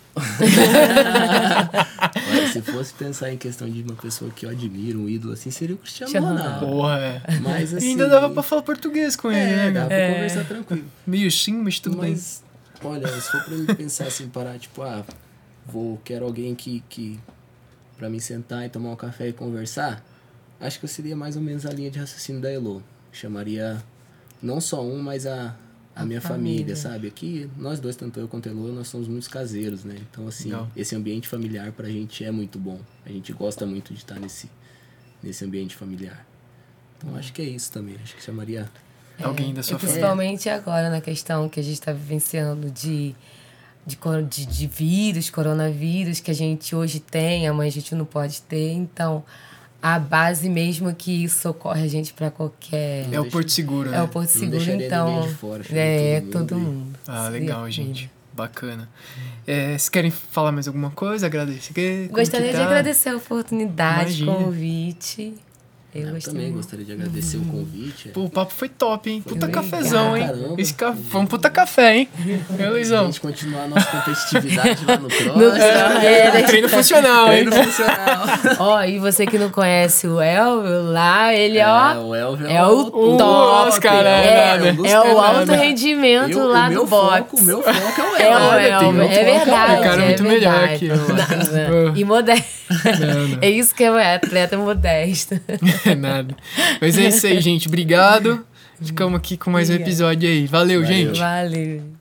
C: Olha, se fosse pensar em questão de uma pessoa que eu admiro, um ídolo assim, seria o Cristiano Ronaldo.
A: Porra, é.
C: Mas, assim,
A: e ainda dava pra falar português com ele,
C: é,
A: né?
C: Dava
A: é.
C: pra conversar tranquilo.
A: Meio sim, mas tudo
C: mas, bem. Olha, se for pra mim pensar assim, parar, tipo, ah, vou, quero alguém que, que pra mim sentar e tomar um café e conversar, acho que eu seria mais ou menos a linha de raciocínio da Elo. Chamaria não só um, mas a, a, a minha família. família, sabe? Aqui, nós dois, tanto eu quanto a Elo, nós somos muitos caseiros, né? Então, assim, Legal. Esse ambiente familiar pra gente é muito bom. A gente gosta muito de estar nesse, nesse ambiente familiar. Então, hum. acho que é isso também. Acho que chamaria
A: É, alguém da sua
B: e
A: família.
B: Principalmente agora, na questão que a gente está vivenciando de, de, de, de vírus, coronavírus, que a gente hoje tem, amanhã a gente não pode ter. Então, a base mesmo que socorre a gente para qualquer...
A: É o Porto Seguro, né?
B: É o Porto Seguro, então...
C: De fora,
B: é,
C: todo mundo.
B: todo mundo.
A: Ah, legal, Sim. gente. Bacana. É, vocês querem falar mais alguma coisa? Agradecer?
B: Gostaria
A: tá?
B: de agradecer a oportunidade, o convite. Eu,
C: eu também muito. gostaria de agradecer uhum. o convite.
A: Pô, o papo foi top, hein? Puta
B: Obrigada.
A: cafezão, hein?
C: Caramba.
A: Esse ca... Foi um puta café, hein? Eu, Luizão.
C: A gente continuar a nossa competitividade lá no Cross.
A: No, é, é, treino funcional, hein?
C: Treino funcional.
B: Ó, e você que não conhece o Elvio lá, ele é, ó...
C: o Elvio
B: é o
A: top.
B: top.
A: Cara,
B: é,
A: é,
B: é, é o alto rendimento
C: eu,
B: lá
C: o
B: no
C: foco,
B: box.
C: O meu foco é o Elvio.
B: É o Elvio, é verdade.
A: O cara é muito
B: é
A: melhor
B: verdade.
A: aqui.
B: E modesto. Não, não. É isso que é atleta modesto.
A: É nada. Mas é isso aí, gente. Obrigado. Ficamos aqui com mais um episódio aí. Valeu,
C: Valeu.
A: gente.
B: Valeu.